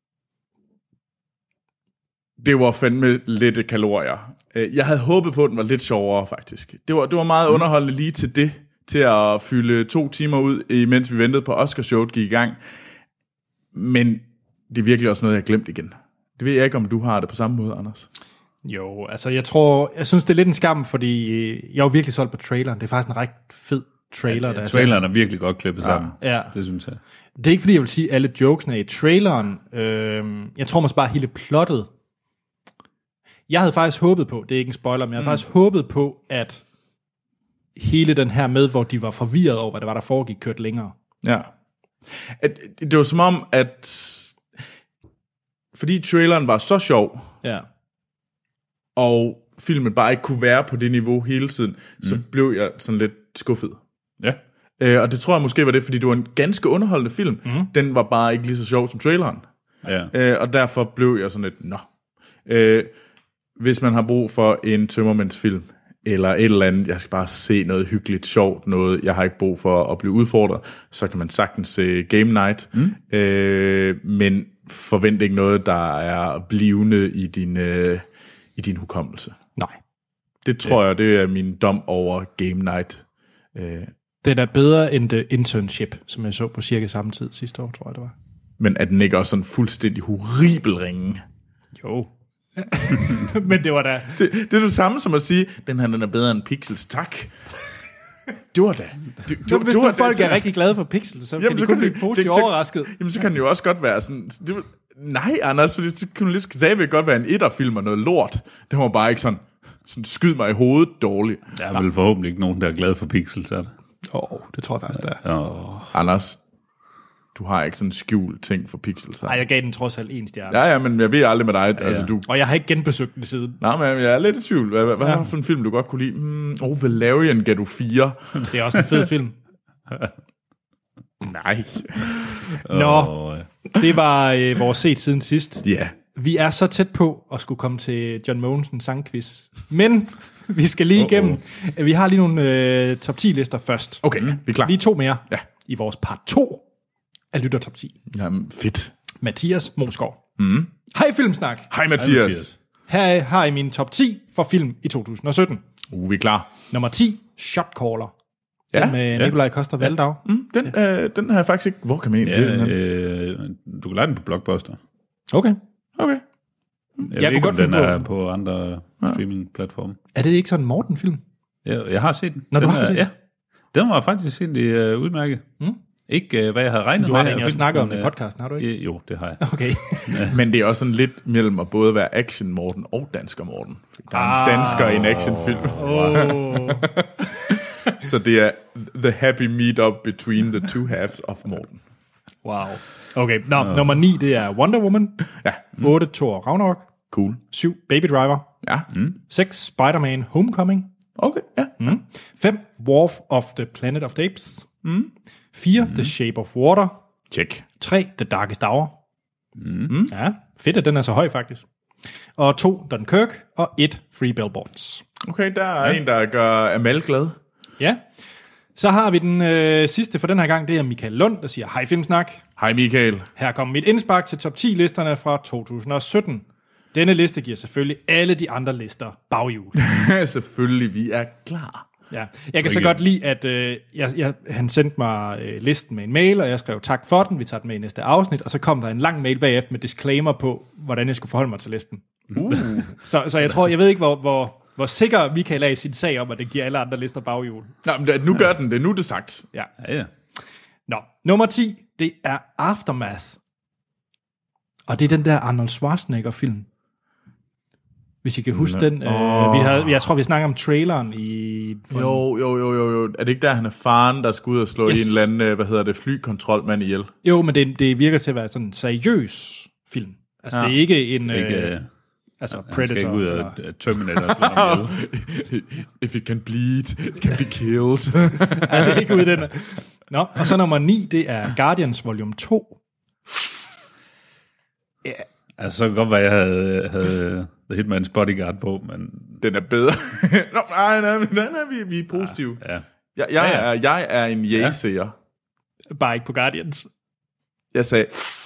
Det var fandme lidt kalorier. Jeg havde håbet på, at den var lidt sjovere, faktisk. Det var, det var meget mm. underholdende lige til det, til at fylde to timer ud, imens vi ventede på Oscarshowet gik i gang. Men det er virkelig også noget, jeg har glemt igen. Det ved jeg ikke, om du har det på samme måde, Anders. Jo, altså jeg tror, jeg synes, det er lidt en skam, fordi jeg var virkelig solgt på traileren. Det er faktisk en ret fed trailer. Ja, ja, der traileren er virkelig godt klippet sammen. Ja. Det synes jeg. Det er ikke, fordi jeg vil sige, at alle jokesene er i traileren. Øhm, jeg tror måske bare, hele plottet. Jeg havde faktisk håbet på, det er ikke en spoiler, men jeg havde mm. faktisk håbet på, at hele den her med, hvor de var forvirret over, hvad der var, der foregik, kørte længere. Ja. At, det var som om, at fordi traileren var så sjov, ja. og filmen bare ikke kunne være på det niveau hele tiden, mm. så blev jeg sådan lidt skuffet. Ja. Øh, og det tror jeg måske var det, fordi det var en ganske underholdende film. Mm. Den var bare ikke lige så sjov som traileren. Ja. Øh, og derfor blev jeg sådan lidt, nå. Øh, hvis man har brug for en tømmermændsfilm, eller et eller andet, jeg skal bare se noget hyggeligt, sjovt, noget, jeg har ikke brug for at blive udfordret, så kan man sagtens se Game Night. Mm. Øh, men forvent ikke noget, der er blivende i din, øh, i din hukommelse. Nej. Det tror ja. jeg, det er min dom over Game Night. Øh. Den er bedre end The Internship, som jeg så på cirka samme tid sidste år, tror jeg det var. Men er den ikke også sådan fuldstændig horribel ringe? Jo. Men det var da... Det, det er det samme som at sige, den her den er bedre end Pixels, tak. Det var da... Det, det, hvis det var folk det, er rigtig glade for Pixels, så jamen, kan de så kun kan blive det- positivt det- overrasket. Jamen, så kan den jo også godt være sådan... Det, var- nej, Anders, fordi så kunne det stadigvæk godt være en etterfilm og noget lort. Det var bare ikke sådan... sådan skyd mig i hovedet dårligt. Der er vel forhåbentlig ikke nogen, der er glad for Pixels, er det? Åh, oh, det tror jeg faktisk, det er. Oh. Anders, du har ikke sådan en skjult ting for Pixels. Nej, jeg gav den trods alt en stjerne. Ja, ja, men jeg ved aldrig med dig. Ja, altså, du... Og jeg har ikke genbesøgt den siden. Nej, men jeg er lidt i tvivl. Hvad, hvad, hvad ja. har du for en film, du godt kunne lide? Mm, oh, Valerian gav du fire. Det er også en fed film. Nej. Nå, Oh, ja. det var øh, vores set siden sidst. Ja. Yeah. Vi er så tæt på at skulle komme til John Mogensens sangquiz. Men vi skal lige igennem. Uh-oh. Vi har lige nogle øh, top ti lister først. Okay, mm. vi er klar. Lige to mere Ja. i vores part to af Lytter Top ti. Jamen, fedt. Mathias Mosgaard. Mm. Hej Filmsnak. Hej Mathias. Hej, Mathias. Her har I min top ti for film i to tusind og sytten. Uh, vi er klar. Nummer ti, Shotcaller. Ja, Den med Nikolaj Koster Valdau. Mm, den, øh, den har jeg faktisk ikke... Hvor kan man egentlig se den Ja, her? øh, du kan lege den på Blockbuster. Okay. Okay. Jeg, Jeg jeg kunne ved godt ikke, om den finde er på- på andre streaming-platforme. Er det ikke sådan en Morten-film? Jeg, jeg har set den. Nå, den du har er, set den? Ja, den var faktisk egentlig uh, udmærket. Mm. Ikke uh, hvad jeg havde regnet Du med. har egentlig at også finde, snakket om men, det i podcasten, har du ikke? øh, Jo, det har jeg. Okay. Men det er også sådan lidt mellem at både være action Morten og dansker Morten. Der er en Ah. dansker i en actionfilm. Oh. Så det er the happy meet-up between the two halves of Morten. Wow. Okay, nå, oh. nummer ni, det er Wonder Woman. Ja, otte, Thor Ragnarok. cool. syv, Baby Driver. Ja, mm. seks, Spider-Man Homecoming. okay, ja. Mm. fem, War of the Planet of the Apes. Mm. fire, mm. The Shape of Water. Check. tre, The Darkest Hour. Mm. Ja, fedt, at den er så høj faktisk. Og to, Dunkirk. Og et, Free Billboards. Okay, der er ja. en, der gør Amal glad. Ja. Så har vi den øh, sidste for den her gang, det er Michael Lund, der siger, hej Filmsnak. Hej Michael. Her kommer mit indspark til top ti-listerne fra to tusind og sytten. Denne liste giver selvfølgelig alle de andre lister baghjul. Selvfølgelig, vi er klar. Ja. Jeg kan så godt lide, at øh, jeg, jeg, han sendte mig øh, listen med en mail, og jeg skrev tak for den, vi tager den med i næste afsnit, og så kom der en lang mail bagefter med disclaimer på, hvordan jeg skulle forholde mig til listen. Uh. så, så jeg tror, jeg ved ikke, hvor, hvor, hvor sikker Michael er i sin sag om, at det giver alle andre lister baghjul. Nå, men det- nu gør den det, nu er det sagt. Ja. Ja, ja. Nå, nummer ti, det er Aftermath. Og det er den der Arnold Schwarzenegger-film. Hvis I kan huske den. Øh, vi havde, jeg tror, vi snakker om traileren i... for en- Jo, jo, jo, jo, jo. Er det ikke der, han er faren, der skal ud og slå Yes. yes. en eller anden, øh, hvad hedder det, flykontrolmand ihjel? Jo, men det, det virker til at være sådan en seriøs film. Altså, ja. Ja. det er ikke en... Ikke, øh, øh, altså, han Predator. skal ikke ud eller- og Terminator og slå ham ihjel. If it can bleed, it can be killed. Ja, det er ikke ud i den. Nå, og så nummer ni, det er Guardians Volume to. Altså, så kan det godt være, at jeg havde, havde The Hitman's Bodyguard på, men Den er bedre. Nå, nej, nej, nej, nej, vi, vi er positive. ja. Jeg, jeg, Ja, ja. er, jeg er en ja-seer. Bare ikke på Guardians. Jeg sagde,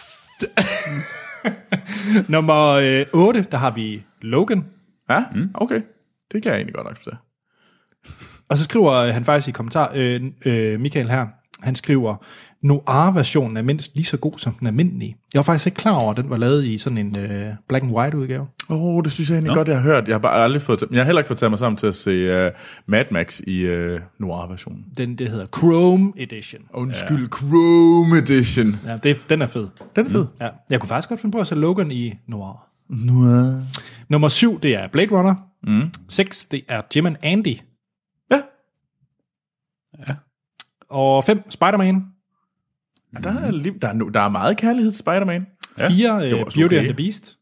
Nummer øh, otte, der har vi Logan. ja, okay. Det kan jeg egentlig godt acceptere. Og så skriver han faktisk i kommentar, øh, øh, Michael her, han skriver, noir-versionen er mindst lige så god som den almindelige. Jeg var faktisk ikke klar over, at den var lavet i sådan en øh, black and white udgave. Åh, oh, det synes jeg egentlig Nå. godt, jeg har hørt. Jeg har bare aldrig fået... Jeg har heller ikke fået taget mig sammen til at se uh, Mad Max i uh, noir-versionen. Den, det hedder Chrome Edition. Undskyld, ja. Chrome Edition. Ja, det, den er fed. Den er fed. Ja, jeg kunne faktisk godt finde på at se Logan i noir. Noir. Nummer syv, det er Blade Runner. Mm. seks, det er Jim and Andy. Ja. Ja. Og fem, Spider-Man. Ja, der, er, liv- der, er, no- der er meget kærlighed til Spider-Man. Ja, fire, det var uh, også Beauty okay. and the Beast.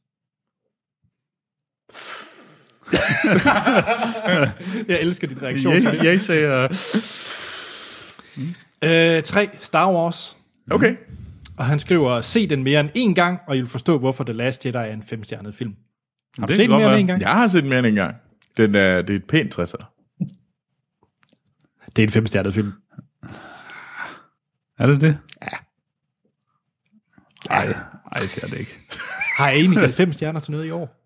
jeg elsker din reaktion til det. Jeg, jeg siger... Øh, tre, Star Wars. Okay. Og han skriver, se den mere end en gang, og I vil forstå, hvorfor The Last Jedi er en femstjernet film. Har du Det set kan den mere godt end en gang? Jeg har set den mere end en gang. Den er, det er et pænt tresser. Det er en femstjernet film. Er det det? Ja. Nej, nej, det er det ikke. Har jeg egentlig givet fem stjerner til noget i år?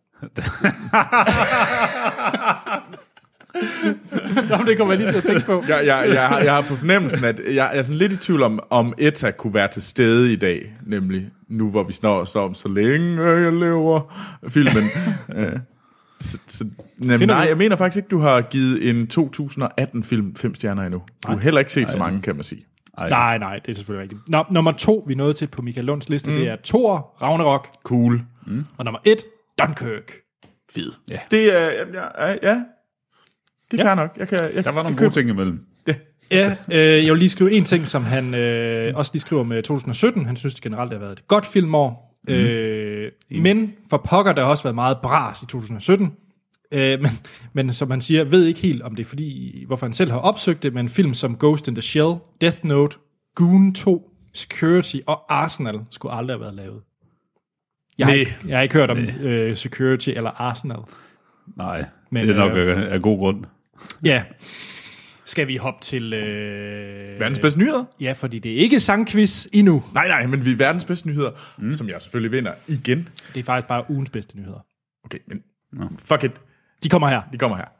Nå, det kommer jeg lige til at tænke på. Jeg, jeg, jeg, har, jeg har på fornemmelsen, at jeg, jeg er sådan lidt i tvivl om, om Etta kunne være til stede i dag. Nemlig nu, hvor vi snart står om så længe jeg lever filmen. uh, så, så, jamen, nej, jeg mener faktisk ikke, du har givet en to tusind atten film fem stjerner endnu. Du har heller ikke set nej. så mange, kan man sige. Ej. Nej, nej, det er selvfølgelig rigtigt. Nå, nummer to, vi nåede til på Michael Lunds liste, mm. det er Thor, Ragnarok. Cool. Mm. Og nummer et, Dunkirk. Fed. Ja. Det er, ja, ja, ja. Det er ja. fair nok. Jeg kan, jeg, der var nogle gode ting imellem. Ja, ja øh, jeg vil lige skrive en ting, som han øh, også lige skriver med to tusind sytten. Han synes det generelt har været et godt filmår. Mm. Øh, men for pokker, der har også været meget bras i to tusind sytten. Øh, men, men som han siger, ved ikke helt, om det er fordi, hvorfor han selv har opsøgt det, men film som Ghost in the Shell, Death Note, Goon to, Security og Arsenal skulle aldrig have været lavet. Jeg har, ikke, jeg har ikke hørt om uh, Security eller Arsenal. Nej, men, det er nok øh, af god grund. Ja. Skal vi hoppe til... Øh, verdens bedste nyheder? Ja, fordi det er ikke sangquiz endnu. Nej, nej, men vi er verdens bedste nyheder, mm. som jeg selvfølgelig vinder igen. Det er faktisk bare ugens bedste nyheder. Okay, men no. fuck it. De kommer her. De kommer her.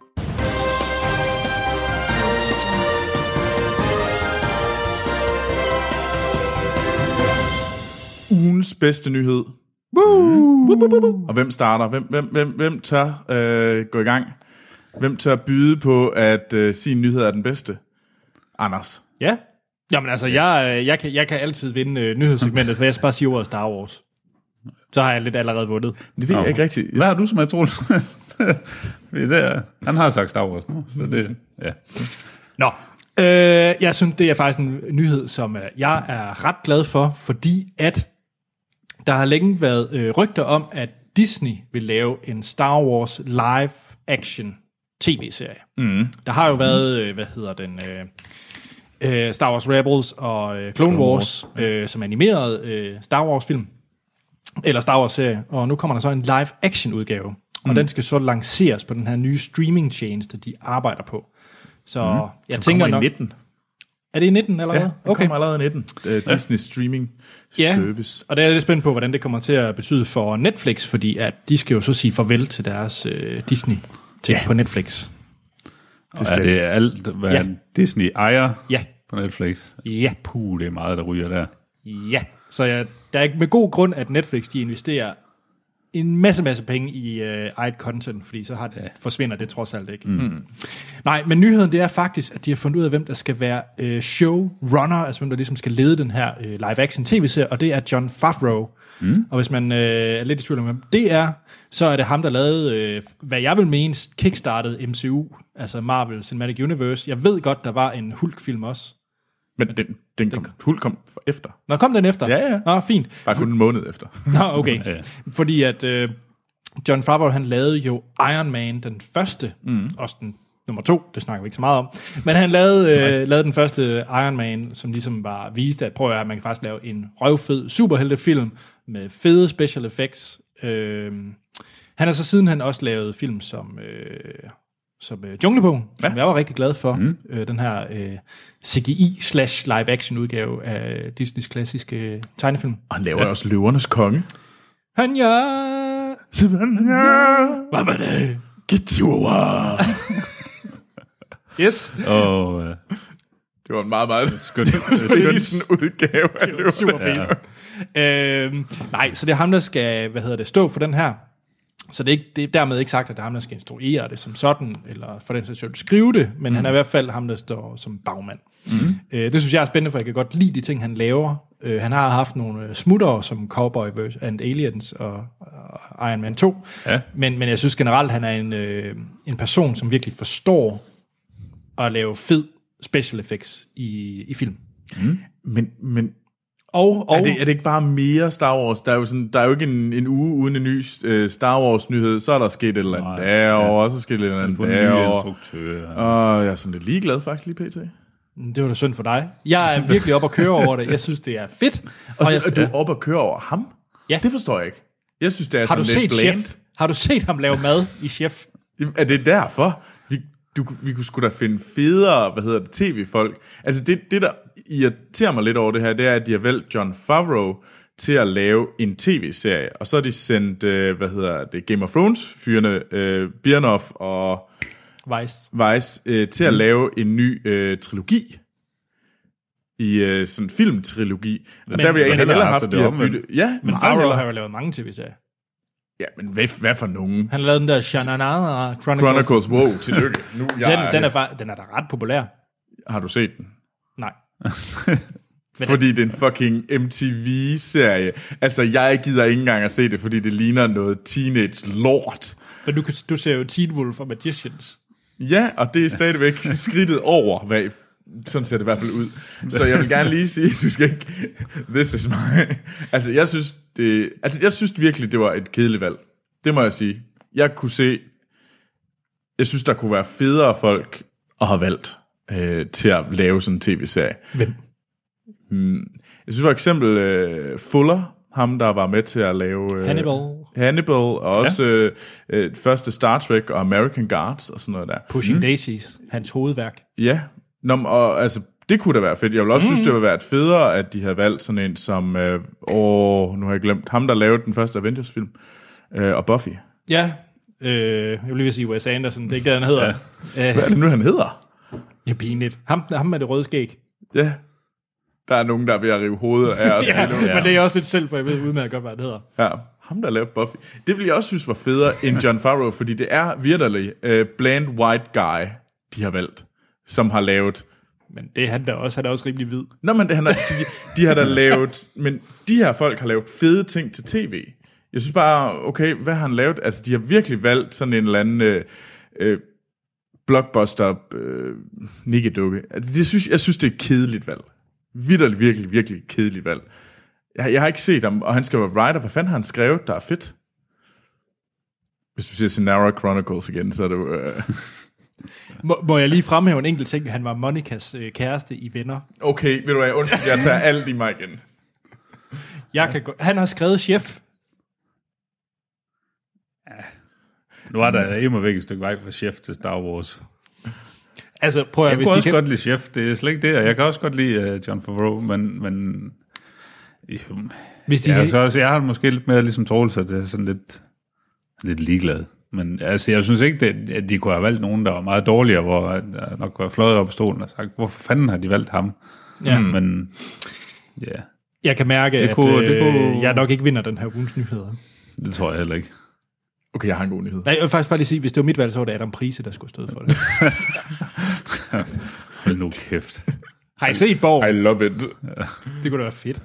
Ugens bedste nyhed. Woo! Og hvem starter? Hvem, hvem, hvem, hvem tør øh, gå i gang? Hvem tør byde på, at øh, sin nyhed er den bedste? Anders. Ja. Jamen altså, jeg, jeg, kan, jeg kan altid vinde øh, nyhedssegmentet, for jeg skal bare sige ordet Star Wars. Så har jeg lidt allerede vundet. Det ved jeg ikke rigtigt. Hvad har du som jeg tror? det er, han har sagt Star Wars nu, så det, ja. Nå, øh, jeg synes, det er faktisk en nyhed, som øh, jeg er ret glad for, fordi at der har længe været øh, rygter om, at Disney vil lave en Star Wars live-action tv-serie. Mm. Der har jo været, øh, hvad hedder den, øh, øh, Star Wars Rebels og øh, Clone, Clone Wars, Wars. Øh, som animeret øh, Star Wars-film, eller Star Wars-serie, og nu kommer der så en live-action-udgave, og mm. den skal så lanceres på den her nye streaming-tjeneste, de arbejder på. Så mm. jeg som tænker nok... i nitten. Er det i nitten allerede? Ja, det okay. kommer allerede i nitten. Uh, Disney ja. Streaming ja. Service. Og det er lidt spændt på, hvordan det kommer til at betyde for Netflix, fordi at de skal jo så sige farvel til deres uh, Disney til ja. på Netflix. Det er det alt, hvad ja. Disney ejer ja. på Netflix? Ja. Puh, det er meget, der ryger der. Ja, så ja, der er ikke med god grund, at Netflix de investerer en masse, masse penge i øh, eget content, fordi så har det, ja. forsvinder det trods alt ikke. Mm. Nej, men nyheden det er faktisk, at de har fundet ud af, hvem der skal være øh, showrunner, altså hvem der ligesom skal lede den her øh, live-action tv-serie, og det er Jon Favreau. Mm. Og hvis man øh, er lidt i tvivl om, hvem det er, så er det ham, der lavede, øh, hvad jeg vil mene, kickstartede M C U, altså Marvel Cinematic Universe. Jeg ved godt, der var en Hulk-film også. Men den, den kom, Hulk kom efter. Nå, kom den efter? Ja, ja. Nå, fint. Bare kun en måned efter. Nå, okay. ja. Fordi at øh, Jon Favreau, han lavede jo Iron Man, den første, mm. også den nummer to, det snakker vi ikke så meget om, men han lavede, øh, lavede den første Iron Man, som ligesom var viste, at prøv at, at man kan faktisk lave en røvfed superheltefilm med fede special effects. Øh, han har så siden han også lavet film som... Øh, som øh, Junglebogen, ja. som jeg var rigtig glad for. Mm. Øh, den her øh, C G I slash live action udgave af Disneys klassiske øh, tegnefilm. Og han laver ja. også Løvernes Konge. Han ja. Hvad var det? Get you a Yes. Og uh, det var en meget, meget skønt udgave af Løvernes ja. øh, Nej, så det er ham, der skal, hvad hedder det, stå for den her. Så det er, ikke, det er dermed ikke sagt, at det er ham, der skal instruere det som sådan, eller for den sags skyld skrive det, men mm. han er i hvert fald ham, der står som bagmand. Mm. Øh, det synes jeg er spændende, for jeg kan godt lide de ting, han laver. Øh, han har haft nogle smuttere som Cowboy and Aliens og, og Iron Man to, ja. men, men jeg synes generelt, han er en, øh, en person, som virkelig forstår at lave fed special effects i, i film. Mm. Men... men Og, og er, det, er det ikke bare mere Star Wars? Der er jo, sådan, der er jo ikke en, en uge uden en ny uh, Star Wars-nyhed. Så er der sket et eller andet derovre, og så sket et eller andet derovre. Og jeg er sådan lidt ligeglad faktisk lige pt. Det var da synd for dig. Jeg er virkelig op at køre over det. Jeg synes, det er fedt. Og, og så jeg, er du op at køre over ham? Ja. Det forstår jeg ikke. Jeg synes, det er har du sådan lidt set bland. Chef? Har du set ham lave mad i Chef? Jamen, er det derfor? Vi, du, vi kunne sgu da finde federe, hvad hedder det, tv-folk. Altså det, det, der irriterer mig lidt over det her, det er, at de har valgt Jon Favreau til at lave en tv-serie. Og så har de sendt, øh, hvad hedder det, Game of Thrones-fyrene, øh, Birnoff og Weiss, Weiss øh, til at mm. lave en ny øh, trilogi. I øh, sådan en filmtrilogi. Og men, der vil jeg egentlig hellere haft det de her omvendt. bytte. Ja, men Favreau har jo lavet mange tv-serier. Ja, men hvad, hvad for nogen? Han har lavet den der Shannara Chronicles. Chronicles, wow, tillykke. Nu, jeg, den, den, er, fa- den er da ret populær. Har du set den? Nej. Fordi det er en fucking M T V-serie. Altså, jeg gider ikke engang at se det, fordi det ligner noget teenage lort. Men du, du ser jo Teen Wolf og Magicians. Ja, og det er stadigvæk skridtet over, hvad, sådan ser det i hvert fald ud. Så jeg vil gerne lige sige, du skal ikke, this is my, altså jeg synes, det, altså jeg synes virkelig, det var et kedeligt valg. Det må jeg sige. Jeg kunne se, jeg synes, der kunne være federe folk at have valgt øh, til at lave sådan en tv-serie. Hvem? Hmm. Jeg synes for eksempel øh, Fuller, ham der var med til at lave... Øh, Hannibal. Hannibal, og også ja. øh, øh, første Star Trek og American Guards og sådan noget der. Pushing mm. Daisies, hans hovedværk. Ja, Nå, og altså, det kunne da være fedt. Jeg vil også mm. synes, det ville være federe, at de havde valgt sådan en som... Øh, åh, nu har jeg glemt. Ham, der lavede den første Avengers-film. Øh, og Buffy. Ja, øh, jeg vil lige sige Wes Anderson. Det er ikke det, han hedder. Ja. Hvad er det nu, han hedder? Ja, pinligt. Ham, ham med det røde skæg. Ja. Der er nogen, der er ved at rive hovedet af os. ja, ja, men det er også lidt selv, for jeg ved udmærket godt, hvad det hedder. Ja, ham der lavede Buffy. Det ville jeg også synes var federe end Jon Favreau, fordi det er virkelig uh, bland white guy, de har valgt, som har lavet... Men det er han da også, han er også rimelig hvid. Nå, men det, han er, de, de har da lavet... Men de her folk har lavet fede ting til tv. Jeg synes bare, okay, hvad har han lavet? Altså, de har virkelig valgt sådan en eller anden... Øh, øh, blockbuster øh, nikkedukke. Altså, det synes, jeg synes, det er et kedeligt valg. Vitterligt, virkelig, virkelig kedeligt valg. Jeg, jeg har ikke set ham, og han skal være writer. Hvad fanden har han skrevet, der er fedt? Hvis du siger Shannara Chronicles igen, så er det jo... Øh... må, må jeg lige fremhæve en enkelt ting? Han var Monikas øh, kæreste i Venner. Okay, ved du hvad, undskyld, jeg tager alt i mig igen. Jeg kan gå... Han har skrevet Chef. Ja. Nu er der immer væk et stykke vej fra Chef til Star Wars. Altså, prøv at... Jeg hvis kunne de også kan... godt lide Chef, det er slet ikke det, og jeg kan også godt lide uh, Jon Favreau, men... men hvis de ja, kan... så også, jeg har måske lidt mere ligesom Troels, så det er sådan lidt, lidt ligeglad. Men altså, jeg synes ikke, det, at de kunne have valgt nogen, der var meget dårligere, hvor jeg nok kunne have fløjet op på stolen og sagt, hvorfor fanden har de valgt ham? Ja. Men ja... Jeg kan mærke, det at kunne, øh, det kunne... jeg nok ikke vinder den her ugens nyheder. Det tror jeg heller ikke. Okay, jeg har en god nyhed. Nej, jeg vil faktisk bare lige sige, hvis det var mit valg, så var det Adam Prise, der skulle stå for det. Hold nu kæft. Har I set Borg? I love it. Det kunne da være fedt.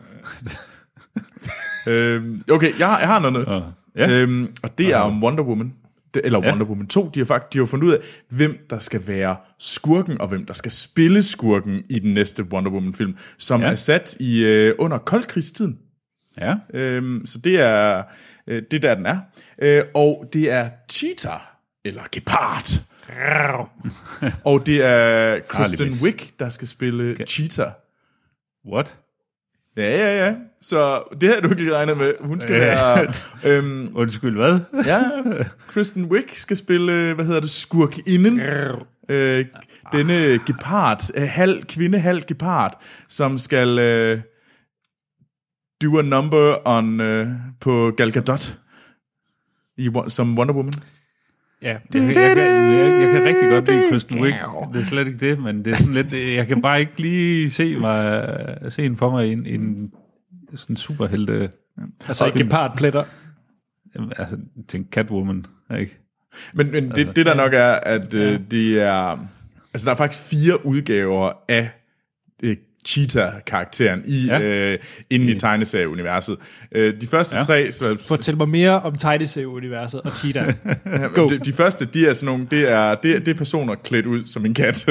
øhm, okay, jeg har, jeg har noget. Uh, yeah. øhm, og det er om Wonder Woman. Det, eller yeah. Wonder Woman to. De har faktisk de har fundet ud af, hvem der skal være skurken, og hvem der skal spille skurken i den næste Wonder Woman-film, som yeah. er sat i øh, under koldkrigstiden. Ja. Øhm, så det er, øh, det er der, den er. Øh, og det er Cheetah, eller Gepard. Og det er Kristen Wiig, der skal spille okay. Cheetah. What? Ja, ja, ja. Så det havde du ikke lige regnet med. Hun skal være... øhm, Undskyld, hvad? ja, Kristen Wiig skal spille, hvad hedder det, skurkinden. øh, denne gepard, øh, halv kvinde, halv gepard, som skal øh, do a number on, øh, på Gal Gadot i, som Wonder Woman. Ja, jeg, jeg, jeg, jeg, jeg kan rigtig godt lide Kristen Wiig. Det er slet ikke det, men det er sådan lidt... Jeg kan bare ikke lige se mig se en for mig en, en sådan superhelte... Altså ikke gepardpletter. Altså, til en Catwoman, ikke? Men, men det, det der nok er, at øh, det er... Altså, der er faktisk fire udgaver af øh, Cheetah-karakteren i, ja. øh, inden i tegneserieuniverset. Øh, de første ja. tre... Så, Fortæl mig mere om tegneserieuniverset og Cheetah. Go. De, de første, de er sådan nogle... Det er, det, det er personer klædt ud som en kat.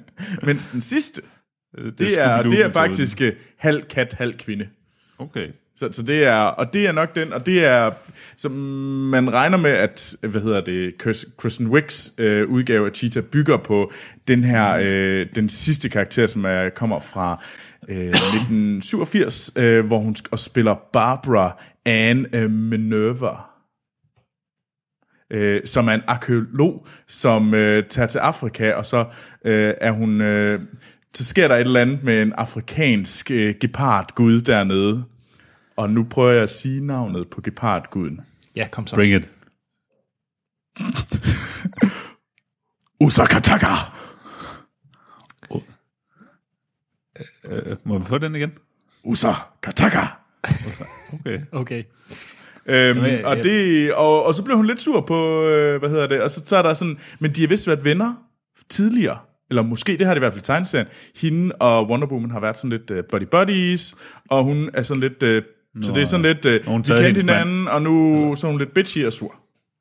Mens den sidste, det, det, er, det er faktisk halv kat, halv kvinde. Okay. Så, så det er, og det er nok den, og det er, som man regner med, at, hvad hedder det, Kristen Wicks øh, udgave af Cheetah bygger på den her, øh, den sidste karakter, som er, kommer fra øh, nitten syvogfirs, øh, hvor hun og spiller Barbara Ann øh, Minerva, øh, som er en arkæolog, som øh, tager til Afrika, og så øh, er hun, øh, så sker der et eller andet med en afrikansk øh, gepardgud dernede. Og nu prøver jeg at sige navnet på gepardguden. Ja, kom så. Bring it. Usakataka. Uh, uh, må vi få den igen? Usakataka. Okay. Okay. Øhm, Jamen, jeg, og, det, og, og så blev hun lidt sur på, øh, hvad hedder det, og så, så er der sådan, men de har vist været venner tidligere. Eller måske, det har det i hvert fald i tegneserien. Hende og Wonder Woman har været sådan lidt uh, buddy-buddies, og hun er sådan lidt... Uh, Nå, så det er sådan lidt, uh, de kendte hinanden, og nu ja. Så er hun lidt bitchy og sur.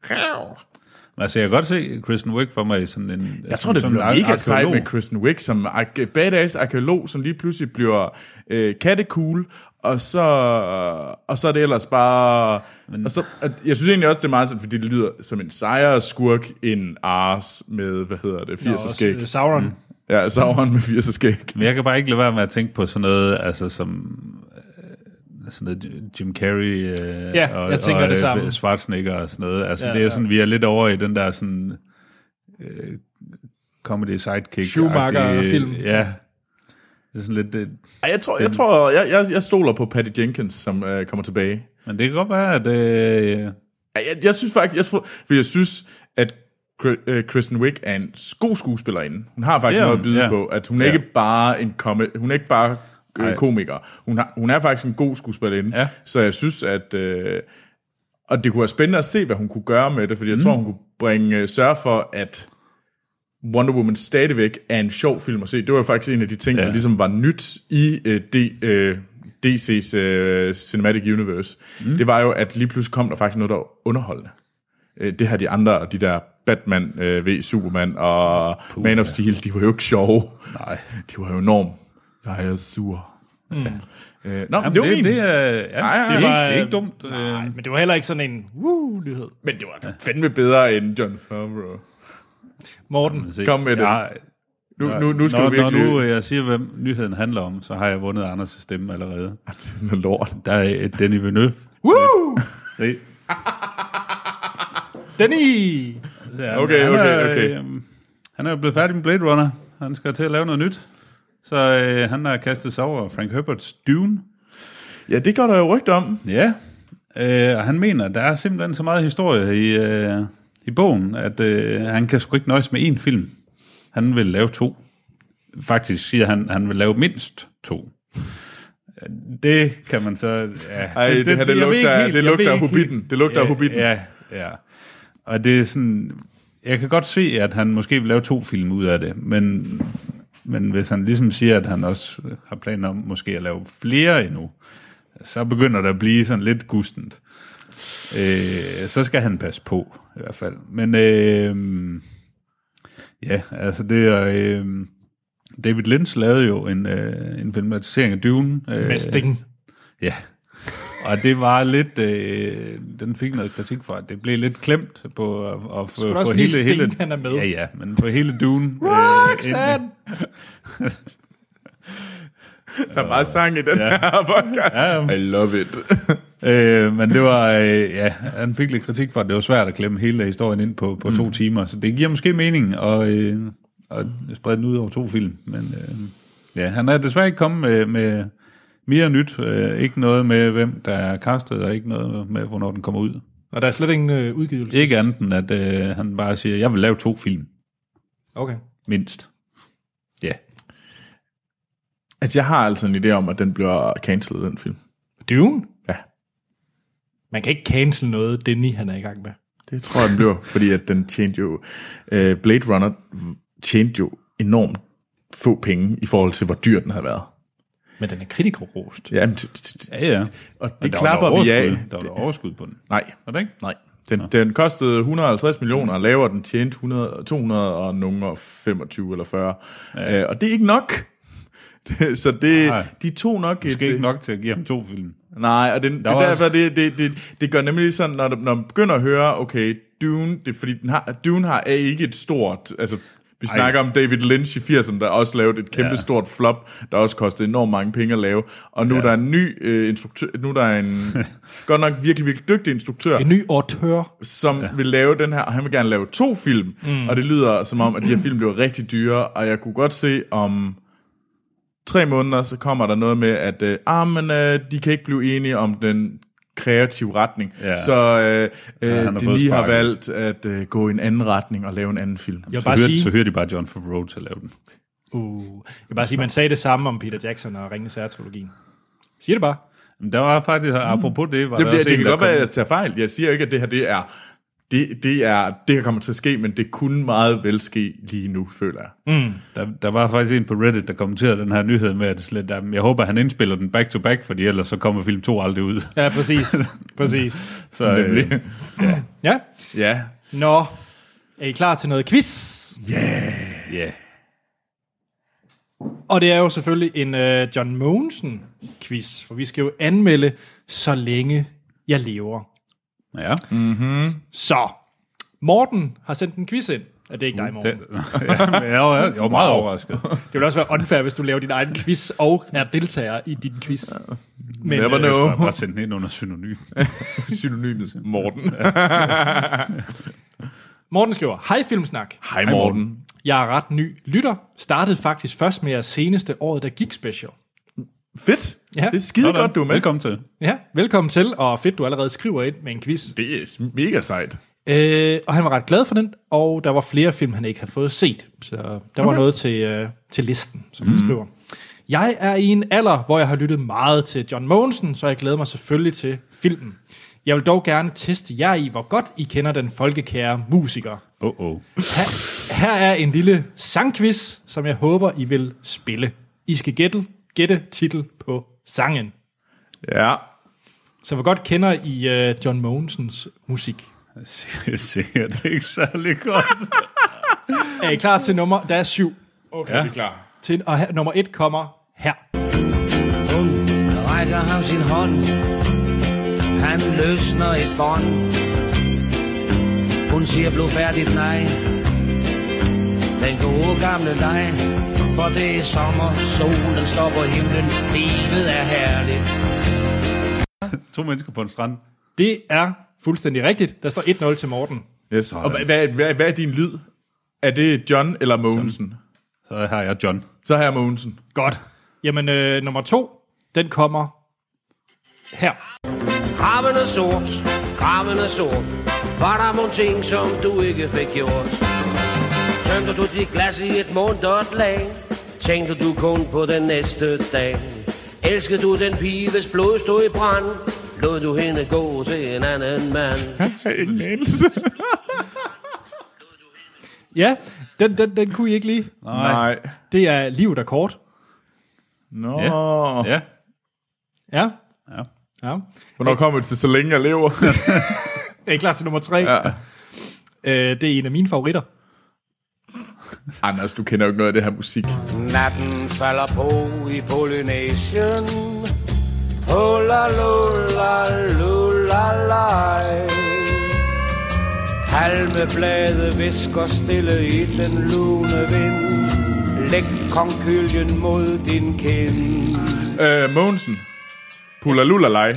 Altså, jeg kan godt se Kristen Wiig for mig i sådan en... Jeg tror, det bliver mega sejt med Kristen Wiig som badass arkeolog, som lige pludselig bliver øh, kattecool, og så, og så er det ellers bare... Men, og så, jeg synes egentlig også, det er meget sådan, fordi det lyder som en sejere skurk, en Ars med, hvad hedder det, firs skæg. Nå, Sauron. Mm. Ja, Sauron med firs skæg. Men jeg kan bare ikke lade være med at tænke på sådan noget, altså som... sådan noget Jim Carrey øh, ja, og, jeg tænker og det samme. Schwarzenegger og sådan noget. Altså ja, det er ja. sådan, vi er lidt over i den der sådan øh, comedy sidekick. Schumacher-film. Ja. Det er sådan lidt... Det, jeg tror, jeg, tror jeg, jeg, jeg stoler på Patty Jenkins, som øh, kommer tilbage. Men det kan godt være, at... Øh, jeg, jeg synes faktisk... Jeg tror, for jeg synes, at Kristen Wiig er en god skuespillerinde. Hun har faktisk noget at byde ja. på, at hun ja. ikke bare en comedy, hun er ikke bare øh, komiker. Hun, har, hun er faktisk en god skuespillerinde. Ja. Så jeg synes, at... Øh, og det kunne være spændende at se, hvad hun kunne gøre med det, fordi jeg mm. tror, hun kunne bringe, sørge for, at Wonder Woman stadigvæk er en sjov film at se. Det var faktisk en af de ting, ja. der ligesom var nyt i uh, D, uh, D C's uh, Cinematic Universe. Mm. Det var jo, at lige pludselig kom der faktisk noget, der var underholdende. Uh, det her de andre, de der Batman, uh, V, Superman og Puh, Man of Steel, de var jo ikke sjove. Nej. De var jo enormt. Jeg er sur. Mm. Ja. Uh, nå, Jamen, det var det, min. Det er, ja, nej, det, det, er var, ikke, det er ikke dumt. Nej, men det var heller ikke sådan en woo-nyhed. Men det var fandme bedre end Jon Favreau. Morten, kom med det. Ja, nu, nu, nu skal når, du virkelig... Når nu jeg siger, hvad nyheden handler om, så har jeg vundet Anders' stemme allerede. Det er noget lort. Der er Denis Villeneuve. Woo! Se. Denis! Altså, okay, han okay, er, okay. Øh, han er jo blevet færdig med Blade Runner. Han skal til at lave noget nyt. Så øh, han har kastet sig over Frank Herberts Dune. Ja, det går der jo rygter om. Ja, øh, og han mener, at der er simpelthen så meget historie i, øh, i bogen, at øh, han kan sgu ikke nøjes med én film. Han vil lave to. Faktisk siger han, at han vil lave mindst to. Det kan man så... Ja, Ej, det, det, det, det lugter, helt, det lugter af Hobbiten. Det lugter af Hobbiten. Ja, ja. Og det er sådan... Jeg kan godt se, at han måske vil lave to film ud af det, men... Men hvis han ligesom siger, at han også har planer om måske at lave flere endnu, så begynder der at blive sådan lidt gustent. Øh, så skal han passe på, i hvert fald. Men øh, ja, altså det er... Øh, David Lynch lavede jo en, øh, en filmatisering af Dune. Øh, Med Sting. Ja. Og det var lidt... Øh, den fik noget kritik for, at det blev lidt klemt på at, at få, få hele... Sting, hele han er med. Ja, ja, men for hele Dune... Roxanne! Øh, der er meget sang i den ja. her podcast. Ja, I love it. øh, men det var... Øh, ja, han fik lidt kritik for, at det var svært at klemme hele historien ind på, på mm. to timer. Så det giver måske mening at, øh, at sprede den ud over to film. Men øh, ja, han er desværre ikke kommet med... med mere nyt. Øh, ikke noget med, hvem der er castet, og ikke noget med, hvornår den kommer ud. Og der er slet ingen øh, udgivelse? Ikke andet end, at øh, han bare siger, jeg vil lave to film. Okay. Mindst. Ja. Yeah. Altså, jeg har altså en idé om, at den bliver cancelled, den film. Dune? Ja. Man kan ikke cancel noget, Denis han er i gang med. Det tror jeg, den bliver, fordi at den tjente jo... Uh, Blade Runner tjente jo enormt få penge i forhold til, hvor dyr den havde været. Men den er kritikerrost. Ja, ja, ja. Og det klapper vi af. Der var der overskud på den. Nej. Var det ikke? Nej. Den, ja. den kostede et hundrede og halvtreds millioner, og laver den tjente hundrede, to hundrede og nogle femogtyve eller fyrre. Ja. Øh, og det er ikke nok. Så det, nej. de tog nok... Måske et, ikke nok til at give ham to film. Nej, og det, det, derfor, også... det, det, det, det gør nemlig sådan, når, når man begynder at høre, okay, Dune, det, fordi den har, Dune har er ikke et stort... Altså, vi Ej. snakker om David Lynch i firserne, der også lavede et kæmpe ja. stort flop, der også kostede enormt mange penge at lave. Og nu ja. der er en ny øh, instruktør, nu der er en godt nok virkelig, virkelig dygtig instruktør. En ny autør. Som ja. vil lave den her, og han vil gerne lave to film. Mm. Og det lyder som om, at de her film bliver rigtig dyre, og jeg kunne godt se om tre måneder, så kommer der noget med, at øh, ah, men, øh, de kan ikke blive enige om den kreative retning. Ja. Så øh, ja, øh, de lige har valgt at øh, gå i en anden retning og lave en anden film. Jeg så, bare hører, sige, så hører de bare John Favreau til at lave den. Uh, jeg vil bare sige, man sagde det samme om Peter Jackson og Ringenes Herre-trilogien. Siger det bare. Men der var faktisk, apropos det, var det, der det, også det en, kan godt være, at jeg tager fejl. Jeg siger ikke, at det her det er det, det er det her kommer til at ske, men det kunne meget vel ske lige nu, føler jeg. Mm. Der, der var faktisk en på Reddit, der kommenterede den her nyhed med, at det slet, jeg håber, han indspiller den back to back, fordi ellers så kommer film to aldrig ud. Ja, præcis. præcis. Så, øh, ja. ja. Ja. Nå, er I klar til noget quiz? Ja. Yeah. Ja. Yeah. Og det er jo selvfølgelig en uh, John Mogensen-quiz, for vi skal jo anmelde Så længe jeg lever. Ja. Mm-hmm. Så, Morten har sendt en quiz ind. Er det ikke dig, Morten? Det, ja, men jeg var, jeg var meget wow. overrasket. Det vil også være unfair, hvis du laver din egen quiz og er deltager i din quiz. Ja. Men Never know. Jeg skal bare sende den ind under synonym. Synonymet Morten. Morten skriver, hej Filmsnak. Hej Morten. Jeg er ret ny lytter. Startede faktisk først med jeres seneste året, der gik special. Fedt. Ja. Det er skide Sådan. godt, du er med. Velkommen til. Ja, velkommen til, og fedt, du allerede skriver ind med en quiz. Det er mega sejt. Øh, og han var ret glad for den, og der var flere film, han ikke havde fået set. Så der okay. var noget til, øh, til listen, som mm. han skriver. Jeg er i en alder, hvor jeg har lyttet meget til John Mogensen, så jeg glæder mig selvfølgelig til filmen. Jeg vil dog gerne teste jer i, hvor godt I kender den folkekære musiker. Oh oh. Her, her er en lille sangquiz, som jeg håber, I vil spille. I skal gætte, gætte titel på sangen. Ja. Så hvor godt kender I uh, John Mogensens musik? Jeg ser det ikke særlig godt. Er I klar til nummer? Der er syv. Okay, ja. Vi er klar. Til, og her, nummer et kommer her. Hun rækker ham sin hånd. Han løsner et bånd. Hun siger blodfærdigt nej. Den gode gamle leg. For det er sommer, solen står på himlen. Livet er herligt. To mennesker på en strand. Det er fuldstændig rigtigt. Der står et nul til Morten. Yes. Og hvad, hvad, hvad, hvad er din lyd? Er det John eller Mogensen? John. Så har jeg John. Så har jeg Mogensen. Godt. Jamen, øh, nummer to, den kommer her. Graven er sort, graven er sort. Var der nogle ting, som du ikke fik gjort? Tømte du dit glas i et månedort lag? Tænkte du kun på den næste dag? Elskede du den pige, hvis blod stod i brand? Lod du hende gå til en anden mand? Jeg har ingen anelse. Ja, den, den, den kunne I ikke lide. Nej. Det er Livet er kort. Nå. Ja. Ja. Ja. Ja. Ja. Hvornår kommer vi til Så længe jeg lever? Er I klar til nummer tre? Ja. Øh, det er en af mine favoritter. Anders, du kender jo ikke noget af det her musik. Natten falder på i Polynesien. Hula lula lula lej. Palmeblade visker stille i den lune vind. Læg konkyljen mod din kind. Øh, Mogensen. Pula lula lej.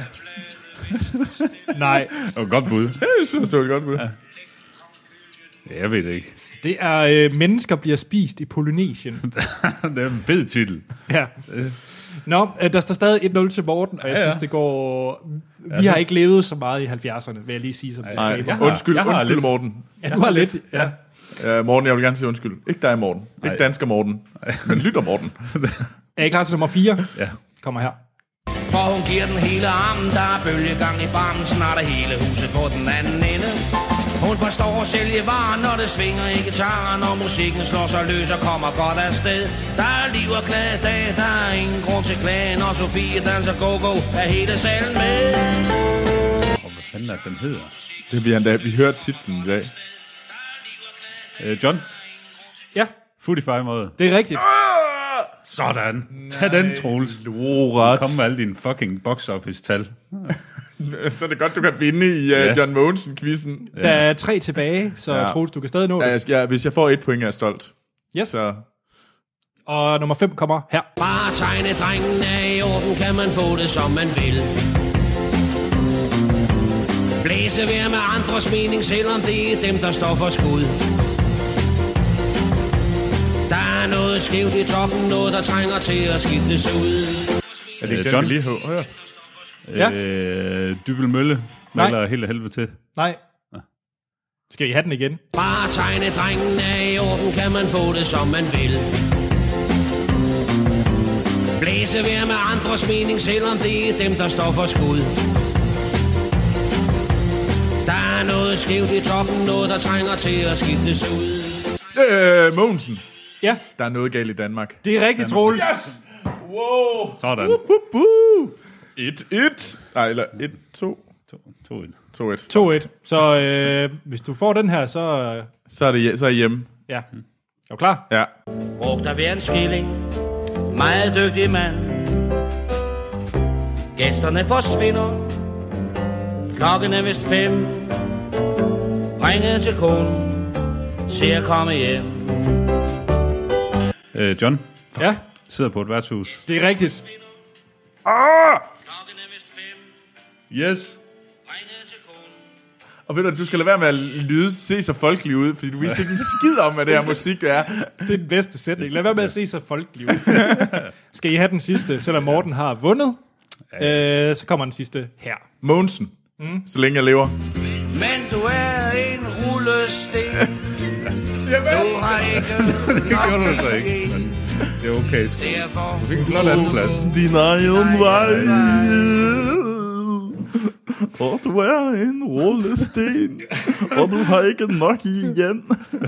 Nej. Det var et godt bud. Ja, jeg synes, det var et godt bud. Ja. Jeg ved det ikke. Det er øh, Mennesker bliver spist i Polynesien. Det er en fed titel. Ja. Nå, øh, der står stadig et nul til Morten, og jeg ja, ja. synes, det går... Vi ja, har ikke levet så meget i halvfjerdserne, vil jeg lige sige som disclaimer. Undskyld, undskyld lidt. Morten. Ja, du har lidt. Ja. Ja. Uh, Morten, jeg vil gerne sige undskyld. Ikke dig, Morten. Ikke Ej. dansker Morten, men lytter Morten. Er I klar til nummer fire? Ja. Kommer her. For hun giver den hele armen, der er bølgegang i barmen. Snart er hele huset på den anden ende. Hun forstår at sælge varer, når det svinger i gitaren. Og musikken slår sig løs og kommer godt afsted. Der er liv og glad dag, der er ingen grund til klagen. Og Sofie danser go-go, er hele salen med. Og hvad fanden er den hedder? Det vi endda, vi hørte titlen i dag. Uh, John? Ja. Footify måde. Det er rigtigt. Sådan. Tag den, Troels. Lorat. Kom med alle dine fucking box office-tal. Så er det godt, du kan vinde i uh, Ja. John Mogensen-quizzen. Der er tre tilbage, så Ja. Troels, du kan stadig nå Ja, det. jeg skal, ja, hvis jeg får et point, er jeg stolt. Yes. Så Og nummer fem kommer her. Bare tegnedrengen er i orden, kan man få det som man vil. Blæse vejr med andres mening, selvom det er dem, der står for skud. Der er noget skævt i toppen, noget der trænger til at skiftes ud. er det Øh, ikke John? den, vi lige hører? Ja. Øh, Dybel Mølle Nej. maler helt af helvede til. Nej. Skal I have den igen? Bare tegnedrengen er i orden, kan man få det som man vil. Blæse vejr med andres mening, selvom det er dem, der står for skud. Der er noget skævt i toppen, noget der trænger til at skiftes ud. Øh, Mogensen. Ja, Der er noget galt i Danmark. det er rigtigt, Troels. Yes! Wow! Sådan. Buh, buh. et et. Nej, eller et to. To, to, et. to et. to et. Så øh, hvis du får den her, så... Øh, Så er, det, så er I hjemme. ja. Er du klar? Ja. Brugt af hver en skilling, meget dygtig mand. Gæsterne forsvinder, klokken er vist fem. Ringede til konen, ser komme hjem. Øh, John Ja, sidder på et værtshus. det er rigtigt. Klokken er vist fem. Yes. Ringede til konen. Og ved du, du skal lade være med at lyde, se så folkelig ud, fordi du vidste ikke en skid om, hvad det her musik er. Det er den bedste sætning. Lad være med at se så folkelig ud. Skal I have den sidste, selvom Morten har vundet? Øh, så kommer den sidste her. Mogensen. Mm. Så længe jeg lever. Men du er en rullesten. Du har ikke Det gjorde du så ikke. Men det er okay, tror jeg. derfor. Du fik en flot andenplads. Din egen vej. Og du er en rullesten. Og du har ikke nok igen.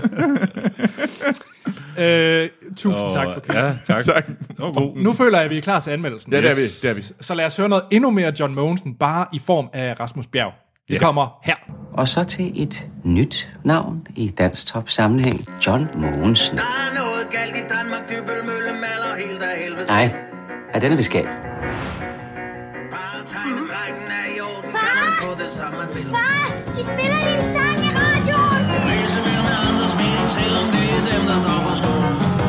Øh, tusind Og, tak for kæft. Ja, tak. Tak. Det var god. Nu føler jeg, at vi er klar til anmeldelsen. Ja, det er vi. Det er vi. Så lad os høre noget endnu mere John Mogensen, bare i form af Rasmus Bjerg. Det ja. kommer her. Og så til et nyt navn i dansk top sammenhæng. John Mogensen. Der er noget galt i Danmark, Dybel Mølle maler helt af helvede. Nej, er den er vist galt. Bare tegnedrengen er i orden, kan man få det som man vil. Far, de spiller din sang i radioen. Blæse vejr med andres mening, selvom det er dem, der står for skud.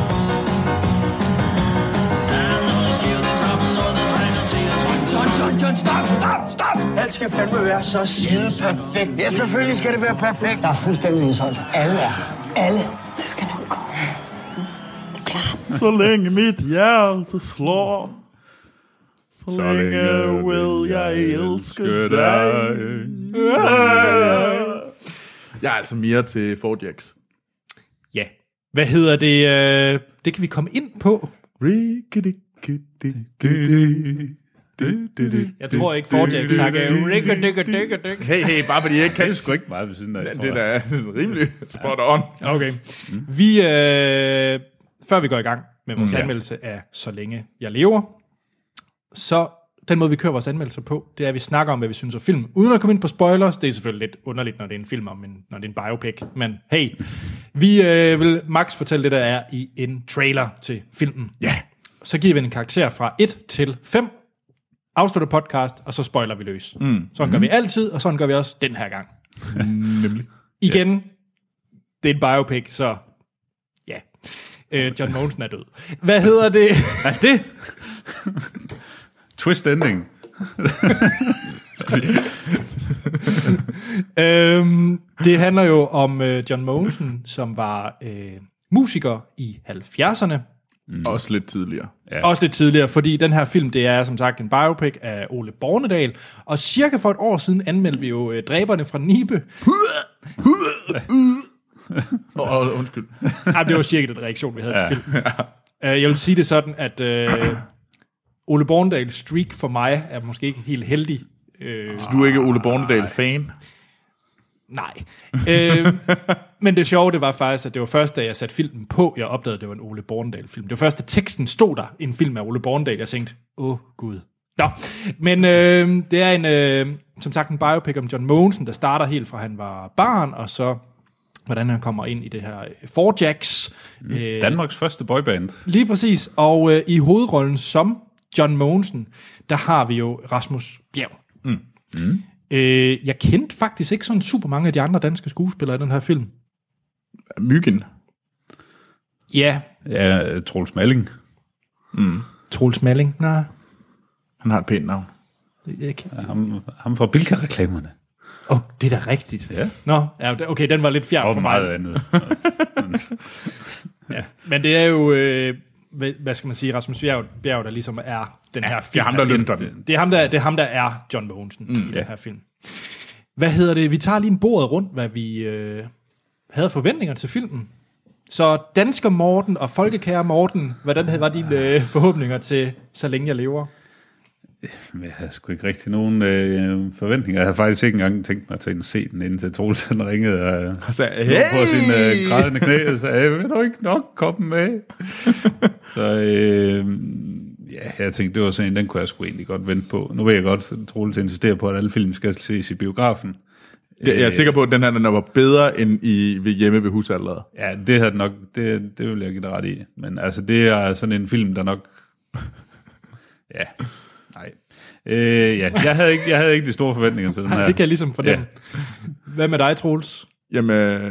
Der er noget skævt i toppen, noget der trænger til at skiftes ud. John, John, stop, stop, stop! Alt skal fandme være så skide perfekt. Ja, selvfølgelig skal det være perfekt. Der er fuldstændig udsholdt. Alle er her. Alle. Det skal nok gå. Det er klart. Så længe mit hjerte slår. Så, Så længe længe vil jeg elske elske dig. dig. Jeg er altså mere til Ford Jacks. Ja. Hvad hedder det? Øh, det kan vi komme ind på. Jeg tror ikke, Ford Jack sang er rigga, digga, digga, digga. Hey, hey, bare fordi jeg ikke Det kan. er sgu ikke meget ved siden af, Det tror jeg. er da rimelig spot on. Okay. Vi, øh, før vi går i gang med vores anmeldelse af Så længe jeg lever, så den måde, vi kører vores anmeldelser på, det er, at vi snakker om, hvad vi synes om film, uden at komme ind på spoilers. Det er selvfølgelig lidt underligt, når det er en film om en, når det er en biopic, men hey, vi øh, vil max fortælle det, der er i en trailer til filmen. Ja. Så giver vi en karakter fra et til fem, afslutter podcast, og så spoiler vi løs. Mm. Sådan gør vi altid, og sådan gør vi også den her gang. Nemlig. Igen, det er en biopic, så ja. Øh, John Mogensen er død. Hvad hedder det? Er det? Twist ending. øhm, det handler jo om øh, John Mogensen, som var øh, musiker i halvfjerdserne. Mm. Også lidt tidligere. Ja. Også lidt tidligere, fordi den her film, det er som sagt en biopic af Ole Bornedal. Og cirka for et år siden anmeldte vi jo øh, Dræberne fra Nibe. Åh, oh, undskyld. Ej, det var cirka den reaktion, vi havde ja. til filmen. Uh, jeg vil sige det sådan, at uh, Ole Bornedals streak for mig er måske ikke helt heldig. Uh, Så du er ikke Ole Bornedal-fan? Nej. Uh, men det sjove, det var faktisk, at det var først, da jeg satte filmen på, jeg opdagede, at det var en Ole Bornedal-film. Det var først, da teksten stod der i en film af Ole Bornedal, jeg tænkte, åh gud. Nå, men øh, det er en, øh, som sagt en biopic om John Mogensen, der starter helt fra han var barn, og så hvordan han kommer ind i det her Four Jacks. Mm. Øh, Danmarks første boyband. Lige præcis, og øh, i hovedrollen som John Mogensen, der har vi jo Rasmus Bjerg. Mm. Mm. Øh, jeg kendte faktisk ikke sådan super mange af de andre danske skuespillere i den her film. Myggen. Ja. Ja, Troels Malling. Mm. Troels Malling, nej. Han har et pænt navn. Ja, ham, ham fra Bilka-reklamerne. Åh, oh, det er da rigtigt. Ja. Nå, okay, den var lidt fjern og for mig. Og meget andet. Ja, men det er jo, øh, hvad skal man sige, Rasmus Bjerg, Bjerg der ligesom er den ja, her film. Det er ham, der løfter den. Det er ham, der, det er ham, der er John Mogensen mm, i den ja. her film. Hvad hedder det? Vi tager lige en bordet rundt, hvad vi øh, havde forventninger til filmen. Så dansker Morten og folkekære Morten, hvordan var dine øh, forhåbninger til Så længe jeg lever? Jeg havde sgu ikke rigtig nogen øh, forventninger. Jeg havde faktisk ikke engang tænkt mig at tage ind og se den, indtil Troels han ringede og, og sagde, hey! på sin øh, grædende knæ og sagde, vil du ikke nok komme med? Så øh, ja, jeg tænkte, det var sådan en, den kunne jeg sgu egentlig godt vente på. Nu ved jeg godt, at Troels insisterer på, at alle film skal ses i biografen. Det, jeg er sikker på, at den her den var bedre end i ved hjemme ved husalderet. Ja, det havde nok, det, det vil jeg give dig ret i. Men altså, det er sådan en film, der nok... ja... Nej. Øh, ja, jeg havde, ikke, jeg havde ikke de store forventninger til den her. Det kan jeg ligesom fornemme. Ja. Hvad med dig, Troels? Jamen,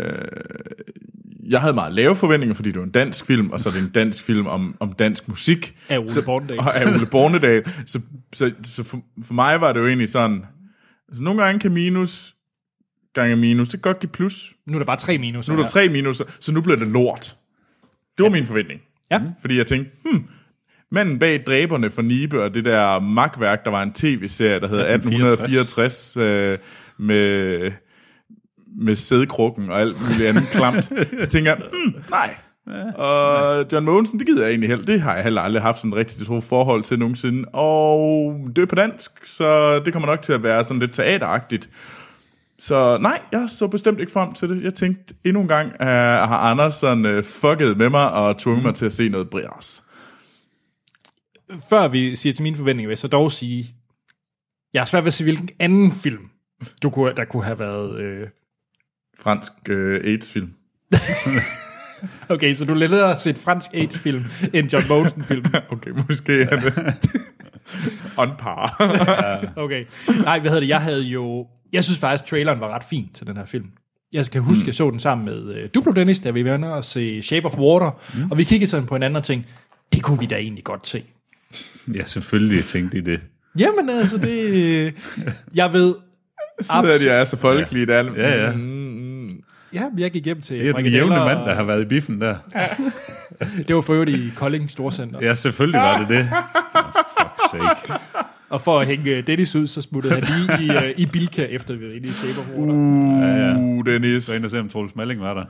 jeg havde meget lave forventninger, fordi det var en dansk film, og så er det en dansk film om, om dansk musik. Af Ole Bornedal. Og af Ole Bornedal. Så, så, så for, for mig var det jo egentlig sådan, altså nogle gange kan minus gange minus, det kan godt give plus. Nu er der bare tre minus. Nu er der tre minuser, så nu bliver det lort. Det var ja. min forventning. Ja. Fordi jeg tænkte, hmm, manden bag Dræberne for Nibe og det der magtværk, der var en tv-serie, der hedder atten fireogtres, øh, med, med sædkrukken og alt muligt andet klamt. Så tænker jeg, hmm, nej. Og John Mogensen, det gider jeg egentlig heller. Det har jeg heller aldrig haft sådan et rigtig stort forhold til nogensinde. Og det er på dansk, så det kommer nok til at være sådan lidt teateragtigt. Så nej, jeg så bestemt ikke frem til det. Jeg tænkte endnu en gang, uh, har Anders sådan uh, fucket med mig og tvunget mig til at se noget bræs. Før vi siger til mine forventninger, vil jeg så dog sige, jeg er svært ved at se, hvilken anden film, du kunne, der kunne have været... Øh... Fransk øh, AIDS-film. Okay, så du lettere set fransk AIDS-film end John Mogensen-film. Okay, måske er det on par. Okay. Nej, hvad hedder det? Jeg havde jo... Jeg synes faktisk, traileren var ret fin til den her film. Jeg skal huske, mm. jeg så den sammen med uh, Duplo Dennis, da vi var inde og se Shape of Water, mm. og vi kiggede sådan på en anden ting. Det kunne vi da egentlig godt se. Ja, selvfølgelig tænkte I det. Jamen altså, det... Jeg ved... Så er de er så folkelige, ja. der. Ja, ja. Mm. Ja, jeg gik hjem til... Det er den jævne mand, der har været i biffen der. Det var for øvrigt i Kolding Storcenter. Ja, selvfølgelig var det det. Oh, fuck's sake. Og for at hænge Dennis ud, så smuttede han lige i, uh, i Bilka, efter vi var inde i Shape of Water. Uh, ja, ja. Dennis. Så ind og se, om Troels Malling var der.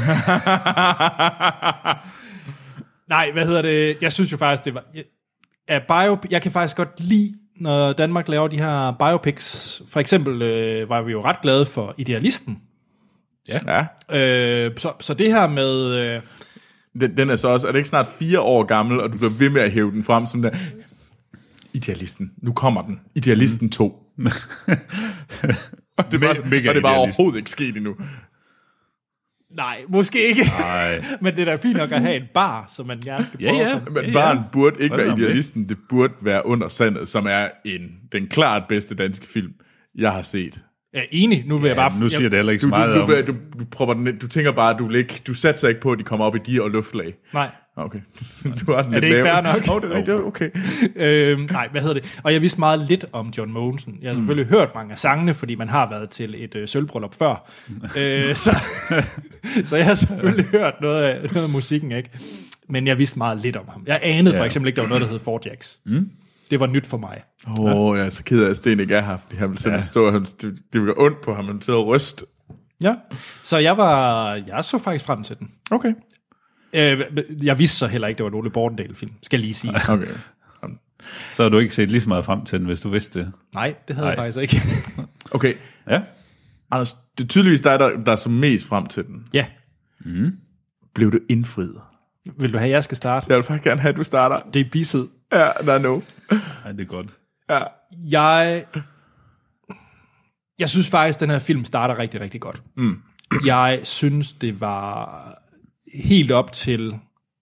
Nej, hvad hedder det? Jeg synes jo faktisk, det var... Jeg, bio, jeg kan faktisk godt lide, når Danmark laver de her biopics. For eksempel øh, var vi jo ret glade for Idealisten. Ja. Øh, så, så det her med... Øh, den, den er så også... Er det ikke snart fire år gammel, og du bliver ved med at hæve den frem som der... Idealisten. Nu kommer den. Idealisten to. og det var, og det var overhovedet ikke sket endnu. Nej, måske ikke. Nej. Men det er da fint nok at have en bar, som man gerne skal prøve. Ja, ja. Men baren ja, ja. burde ikke være Idealisten. Det burde være Under Sandet, som er en, den klart bedste danske film, jeg har set. Ja, enig. Nu vil ja, jeg bare... Nu siger jeg, det heller ikke så du, meget du, om... Du, du, du, prøver den, du tænker bare, du, ikke, du satser ikke på, at de kommer op i de og luftlag. Nej. Okay. Du har den er det ikke fair nok? Åh, oh, det er rigtigt. Okay. øhm, nej, hvad hedder det? Og jeg vidste meget lidt om John Mogensen. Jeg har selvfølgelig mm. hørt mange af sangene, fordi man har været til et øh, sølvbryllup før. øh, så, så jeg har selvfølgelig hørt noget af, noget af musikken, ikke? Men jeg vidste meget lidt om ham. Jeg anede ja. for eksempel ikke, der var noget, der hed Four Jacks. Mm. Det var nyt for mig. Åh, oh, ja. Jeg er så ked af, at Sten ikke er her, fordi han vil simpelthen ja. stå, og det, det vil gøre ondt på ham, han til at ryste. Ja, så jeg var, jeg så faktisk frem til den. Okay. Øh, jeg vidste så heller ikke, det var en Ole Bornedal-film, skal lige sige. Okay. Så har du ikke set lige så meget frem til den, hvis du vidste det? Nej, det havde Nej. jeg faktisk ikke. Okay. Ja. Anders, det er tydeligvis dig, der, der er så mest frem til den. Ja. Mm. Blev du indfriet? Vil du have, at jeg skal starte? Jeg vil faktisk gerne have, at du starter. Det er bisset. Ja, der er no. Ja, det er godt. Ja. Jeg... Jeg synes faktisk, at den her film starter rigtig, rigtig godt. Mm. Jeg synes, det var helt op til...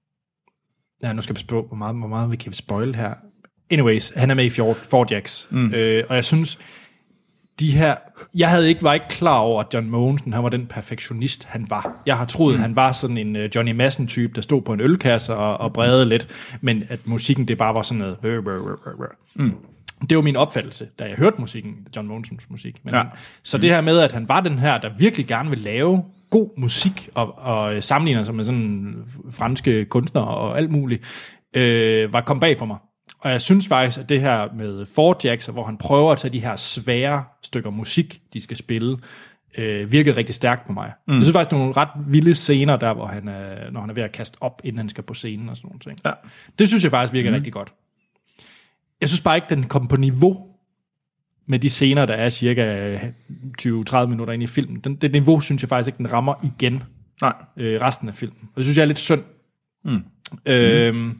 Ja, nu skal jeg spørge, hvor meget, hvor meget vi kan spoil her. Anyways, han er med i Four Jacks. Mm. Øh, og jeg synes, de her... Jeg havde ikke, var ikke klar over, at John Mogensen, han var den perfektionist, han var. Jeg har troet, mm. han var sådan en uh, Johnny Madsen-type, der stod på en ølkasse og, og bredede lidt, men at musikken, det bare var sådan noget... Mm. Det var min opfattelse, da jeg hørte musikken, John Mogensens musik. Men, ja. Så det her med, at han var den her, der virkelig gerne vil lave god musik, og, og sammenligner sig med sådan franske kunstnere og alt muligt, øh, var kom bag på mig. Og jeg synes faktisk, at det her med Four Jacks, hvor han prøver at tage de her svære stykker musik, de skal spille, øh, virkede rigtig stærkt på mig. Mm. Jeg synes faktisk, nogle ret vilde scener der, hvor han er, når han er ved at kaste op, inden han skal på scenen og sådan nogle ting. Ja. Det synes jeg faktisk virker mm. rigtig godt. Jeg synes bare ikke, den kom på niveau med de scener, der er cirka tyve til tredive minutter inde i filmen. Den, det niveau, synes jeg faktisk ikke, den rammer igen. Nej. Øh, resten af filmen. Og det synes jeg er lidt synd. Mm. Øhm, mm.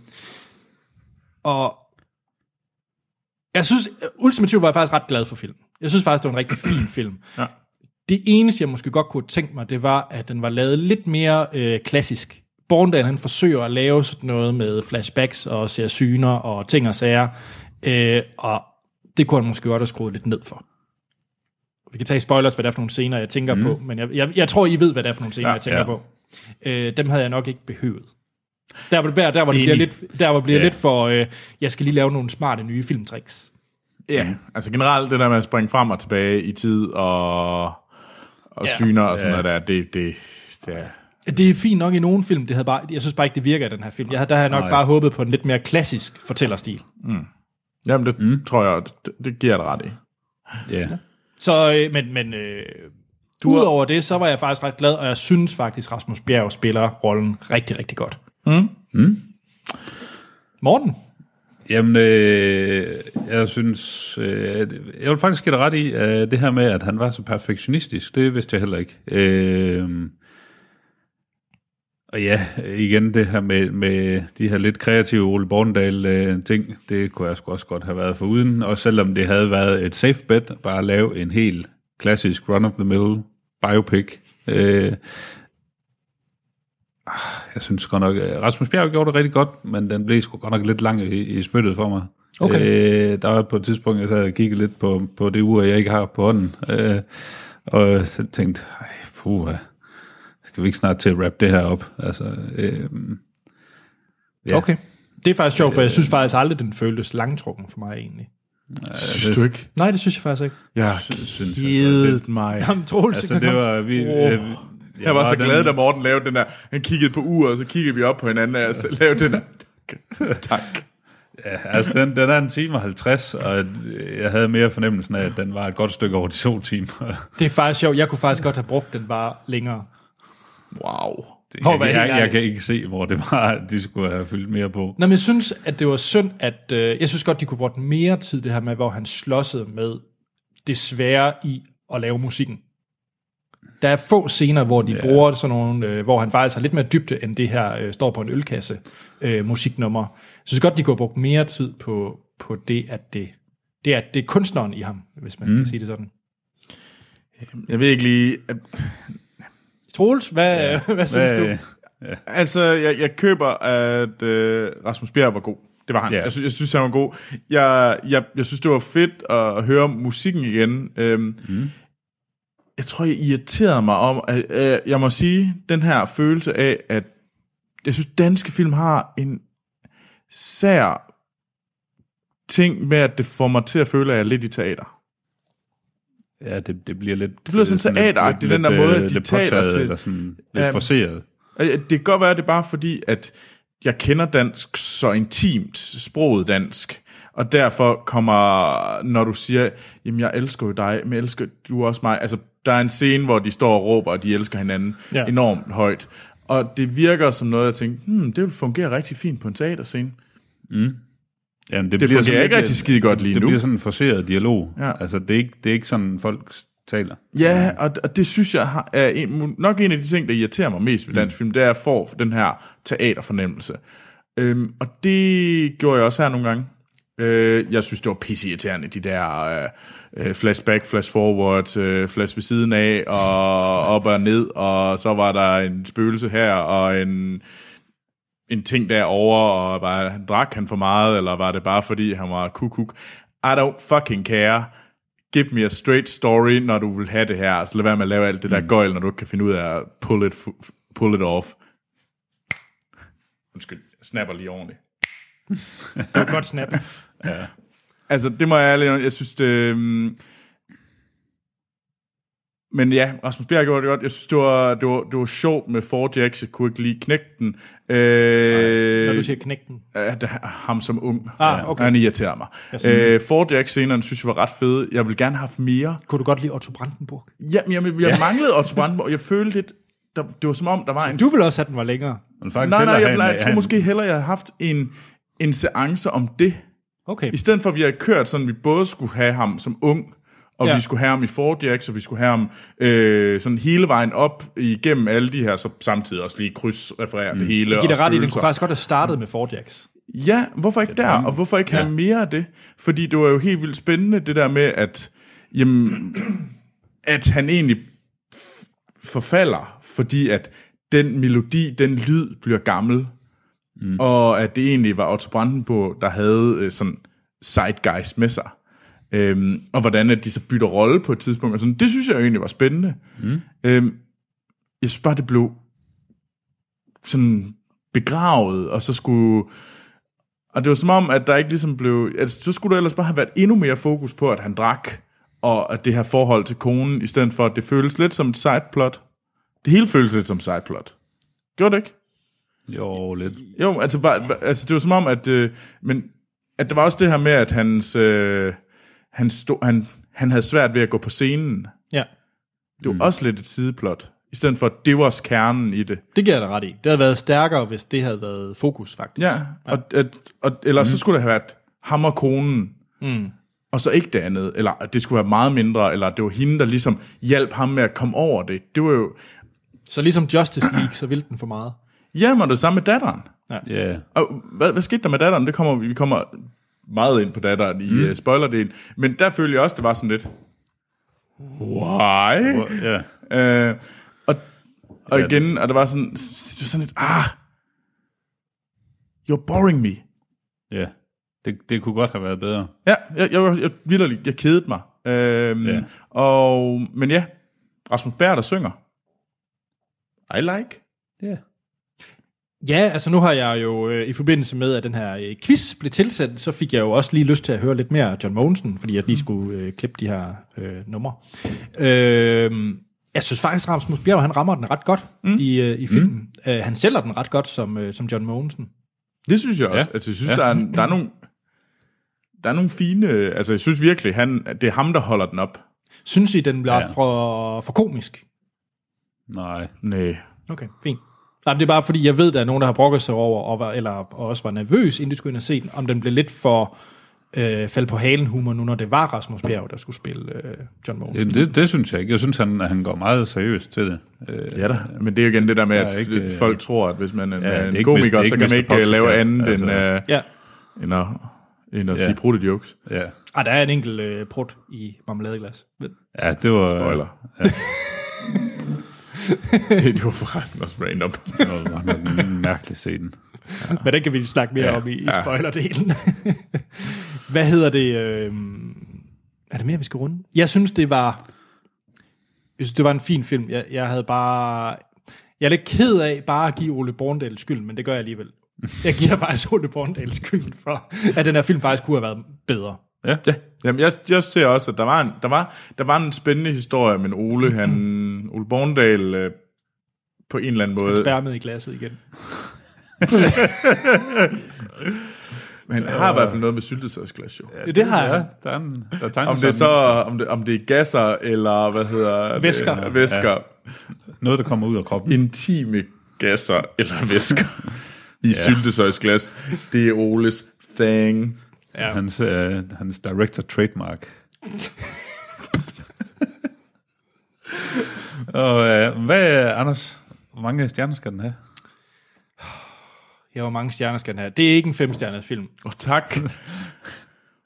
Og jeg synes, ultimativt var jeg faktisk ret glad for filmen. Jeg synes faktisk, det var en rigtig fin film. Ja. Det eneste, jeg måske godt kunne tænke mig, det var, at den var lavet lidt mere øh, klassisk. Borndal, han forsøger at lave sådan noget med flashbacks og ser syner og ting og sager, øh, og det kunne han måske godt have skruet lidt ned for. Vi kan tage spoilers, hvad det er for nogle scener, jeg tænker mm. på, men jeg, jeg, jeg tror, I ved, hvad det er for nogle scener, ja, jeg tænker ja. på. Øh, dem havde jeg nok ikke behøvet. Der hvor det, der, hvor det bliver lidt, der hvor det bliver ja. lidt for, øh, jeg skal lige lave nogle smarte nye filmtricks. Ja, altså generelt det der med at springe frem og tilbage i tid og, og ja. syner og sådan ja. noget der, det, det, det er... Det er fint nok i nogle film, det havde bare, jeg synes bare ikke, det virker i den her film. Jeg havde, der havde jeg nok Nej. bare håbet på en lidt mere klassisk fortællerstil. Mm. Jamen, det mm. tror jeg, det, det giver det ret i. Yeah. Ja. Så, men, men øh, udover det, så var jeg faktisk ret glad, og jeg synes faktisk, Rasmus Bjerg spiller rollen rigtig, rigtig godt. Mm. Mm. Morten? Jamen, øh, jeg synes, øh, jeg vil faktisk give dig ret i, øh, det her med, at han var så perfektionistisk, det vidste jeg heller ikke. Øh, Og ja, igen det her med, med de her lidt kreative Ole Bornedal-ting, det kunne jeg sgu også godt have været foruden. Og selvom det havde været et safe bet, bare at lave en helt klassisk run-of-the-mill biopic. Øh, jeg synes godt nok, Rasmus Bjerg gjorde det rigtig godt, men den blev sgu godt nok lidt lang i, i spyttet for mig. Okay. Øh, der var på et tidspunkt, jeg sad og kiggede lidt på, på det ur, jeg ikke har på hånden. Øh, og så tænkte, ej, puh, skal vi ikke snart til at wrap det her op? Altså, øh, ja. Okay. Det er faktisk sjovt, for jeg synes faktisk aldrig, den føltes langtrukken for mig egentlig. Ja, synes du ikke? Nej, det synes jeg faktisk ikke. Jeg kede mig. Jamen, Troels, altså, det var... Vi, oh. øh, jeg, jeg var så glad, da Morten lavede den der. Han kiggede på uret, og så kiggede vi op på hinanden, og så lavede den der. Tak. Ja, altså, den, den er en time og halvtreds, og jeg havde mere fornemmelsen af, at den var et godt stykke over de to timer. Det er faktisk sjovt. Jeg kunne faktisk godt have brugt den bare længere. Wow. Det, jeg, jeg, jeg, jeg kan ikke se, hvor det var, at de skulle have fyldt mere på. Nå, men jeg synes, at det var synd, at... Øh, jeg synes godt, de kunne bruge mere tid, det her med, hvor han slåssede med det svære i at lave musikken. Der er få scener, hvor de ja. bruger sådan nogle, øh, hvor han faktisk har lidt mere dybde, end det her øh, står på en ølkasse øh, musiknummer. Jeg synes godt, de kunne have brugt mere tid på, på det, at det, det, er, det er kunstneren i ham, hvis man mm. kan sige det sådan. Jeg ved ikke lige... At Troels, hvad, ja. hvad, hvad synes hvad, du? Ja. Altså, jeg, jeg køber, at øh, Rasmus Bjerg var god. Det var han. Yeah. Jeg, synes, jeg synes, han var god. Jeg, jeg, jeg synes, det var fedt at høre musikken igen. Øhm, mm. Jeg tror, jeg irriterede mig om, at øh, jeg må sige, den her følelse af, at jeg synes, danske film har en sær ting med, at det får mig til at føle, at jeg er lidt i teater. Ja, det, det bliver lidt... Det bliver sådan teateragtigt, den der lidt, måde, at de taler til. Eller sådan lidt um, forceret. Det kan godt være, at det er bare fordi, at jeg kender dansk så intimt, sproget dansk, og derfor kommer, når du siger, jamen jeg elsker jo dig, men elsker du også mig. Altså, der er en scene, hvor de står og råber, og de elsker hinanden ja. enormt højt. Og det virker som noget, jeg tænker, hmm, det vil fungere rigtig fint på en teaterscene. Mm. Jamen, det det fungerer sådan, ikke rigtig skide godt lige det nu. Det bliver sådan en forceret dialog. Ja. Altså, det er, ikke, det er ikke sådan, folk taler. Ja, og, og det synes jeg er en, nok en af de ting, der irriterer mig mest ved dansk mm. film, det er at få den her teaterfornemmelse. Øhm, og det gjorde jeg også her nogle gange. Øh, jeg synes, det var pisseirriterende, de der øh, flashback, flash forward, øh, flash ved siden af, og op og ned, og så var der en spøgelse her, og en, en ting derovre, og var, han drak han for meget, eller var det bare fordi, han var kukuk? I don't fucking care. Give me a straight story, når du vil have det her, så lad være med at lave alt det der mm. gøjl, når du ikke kan finde ud af at pull it, pull it off. Undskyld, jeg snapper lige ordentligt. Det var godt snap. Ja. Altså, det må jeg ærligt, jeg synes, det... Øh... Men ja, Rasmus Bjerg gjorde det godt. Jeg synes, det var, det var, det var sjovt med four Jacks. Jeg kunne ikke lige knække den. Øh... Når du siger knække den? Øh, ham som ung. Ah, okay. Han irriterer mig. Øh, four Jacks-scenerne synes jeg var ret fede. Jeg vil gerne have haft mere. Kunne du godt lide Otto Brandenburg? Ja, men jeg, jeg, jeg ja. manglede Otto Brandenburg. Jeg følte lidt... Der, det var som om, der var så en... Du ville også have, den var længere? Nej, nej, jeg, jeg, jeg tror måske hellere, jeg havde haft en, en seance om det. Okay. I stedet for, at vi har kørt sådan, vi både skulle have ham som ung, og ja. vi skulle have ham i four Jacks, og vi skulle have ham øh, sådan hele vejen op igennem alle de her, så samtidig også lige krydsreferere mm. det hele. Jeg giver dig ret i, den kunne faktisk godt have startet med four Jacks. Ja, hvorfor ikke der? Og hvorfor ikke ja. have mere af det? Fordi det var jo helt vildt spændende, det der med, at, jamen, at han egentlig f- forfalder, fordi at den melodi, den lyd bliver gammel, mm. og at det egentlig var Otto Brandenburg, der havde øh, sådan zeitgeist med sig. Øhm, og hvordan at de så bytter rolle på et tidspunkt. Og sådan, det synes jeg jo egentlig var spændende. Mm. Øhm, jeg synes bare, det blev sådan begravet, og så skulle... Og det var som om, at der ikke ligesom blev... Altså, så skulle der ellers bare have været endnu mere fokus på, at han drak, og at det her forhold til konen, i stedet for, at det føles lidt som et sideplot. Det hele føles lidt som et sideplot. Gjorde det ikke? Jo, lidt. Jo, altså, bare, altså det var som om, at... Øh, men at der var også det her med, at hans... Øh, Han, stod, han, han havde svært ved at gå på scenen. Ja. Det var mm. også lidt et sideplot. I stedet for, at det var kernen i det. Det giver jeg dig ret i. Det havde været stærkere, hvis det havde været fokus, faktisk. Ja, ja. Og, at, og, eller mm. så skulle det have været ham og konen. Mm. Og så ikke det andet. Eller at det skulle være meget mindre. Eller det var hende, der ligesom hjalp ham med at komme over det. Det var jo... Så ligesom Justice League, så ville den for meget. Ja, men det samme med datteren. Ja. Yeah. Og hvad, hvad skete der med datteren? Det kommer, vi kommer... meget ind på datteren i mm. uh, spoilerdelen. Men der følte jeg også, det var sådan lidt... Why? Ja. Yeah. Uh, og, og ja, igen, og det var sådan, sådan lidt... Ah, you're boring me. Ja, det, det kunne godt have været bedre. Ja, jeg, jeg, jeg, jeg, jeg kedede mig. Uh, yeah. og, men ja, Rasmus Bjerg, der synger. I like. Ja. Yeah. Ja, altså nu har jeg jo øh, i forbindelse med, at den her øh, quiz blev tilsendt, så fik jeg jo også lige lyst til at høre lidt mere af John Mogensen, fordi jeg lige skulle øh, klippe de her øh, numre. Øh, jeg synes faktisk, Rasmus Bjerg, han rammer den ret godt mm. i, øh, i filmen. Mm. Øh, han sælger den ret godt som, øh, som John Mogensen. Det synes jeg også. Ja. Altså, jeg synes, ja. der, er, der, er nogle, der er nogle fine... Altså, jeg synes virkelig, han, det er ham, der holder den op. Synes I, den bliver ja. for, for komisk? Nej. Nej. Okay, fint. Nej, det er bare fordi, jeg ved, der er nogen, der har brokket sig over, og, var, eller, og også var nervøs, inden de skulle ind og se den, om den blev lidt for øh, fald på halen humor nu, når det var Rasmus Bjerg, der skulle spille øh, John Mogensen. Ja, det, det synes jeg ikke. Jeg synes, han, han går meget seriøst til det. Øh, ja da, men det er jo igen det der med, at ikke, folk tror, at hvis man er ja, en komiker, så kan man ikke lave andet altså, end, øh, ja. end at, end at ja. sige prutte jokes. Ja. Ah, der er en enkelt øh, prut i marmeladeglas. Ja, det var... Spoiler. Ja. Det var forresten også random. Det var nok en mærkelig scene. Ja. Men den kan vi snakke mere ja. om i, i spoilerdelen. Hvad hedder det? Øh, er det mere, vi skal runde? Jeg synes, det var... Jeg synes, det var en fin film. Jeg, jeg havde bare... Jeg er lidt ked af bare at give Ole Bornedal skyld, men det gør jeg alligevel. Jeg giver faktisk Ole Bornedal skyld for, at den her film faktisk kunne have været bedre. Ja. ja. Jamen, jeg, jeg ser også, at der var en, der var, der var en spændende historie, men Ole, han, Ole Bornedal, øh, på en eller anden måde... Han spærmede i glasset igen. Men han har i hvert fald noget med syltetøjsglas, jo. Ja, det har jeg. Ja, der er en, der om det er så, om det, om det er gasser, eller hvad hedder væsker. Det? Væsker. Ja. Noget, der kommer ud af kroppen. Intime gasser, eller væsker, i ja. syltetøjsglas. Det er Oles thing. Ja. Hans, øh, hans director trademark. Og øh, hvad, Anders, hvor mange stjerner skal den have? Ja, hvor mange stjerner skal den have? Det er ikke en femstjernet film. Åh, oh, tak.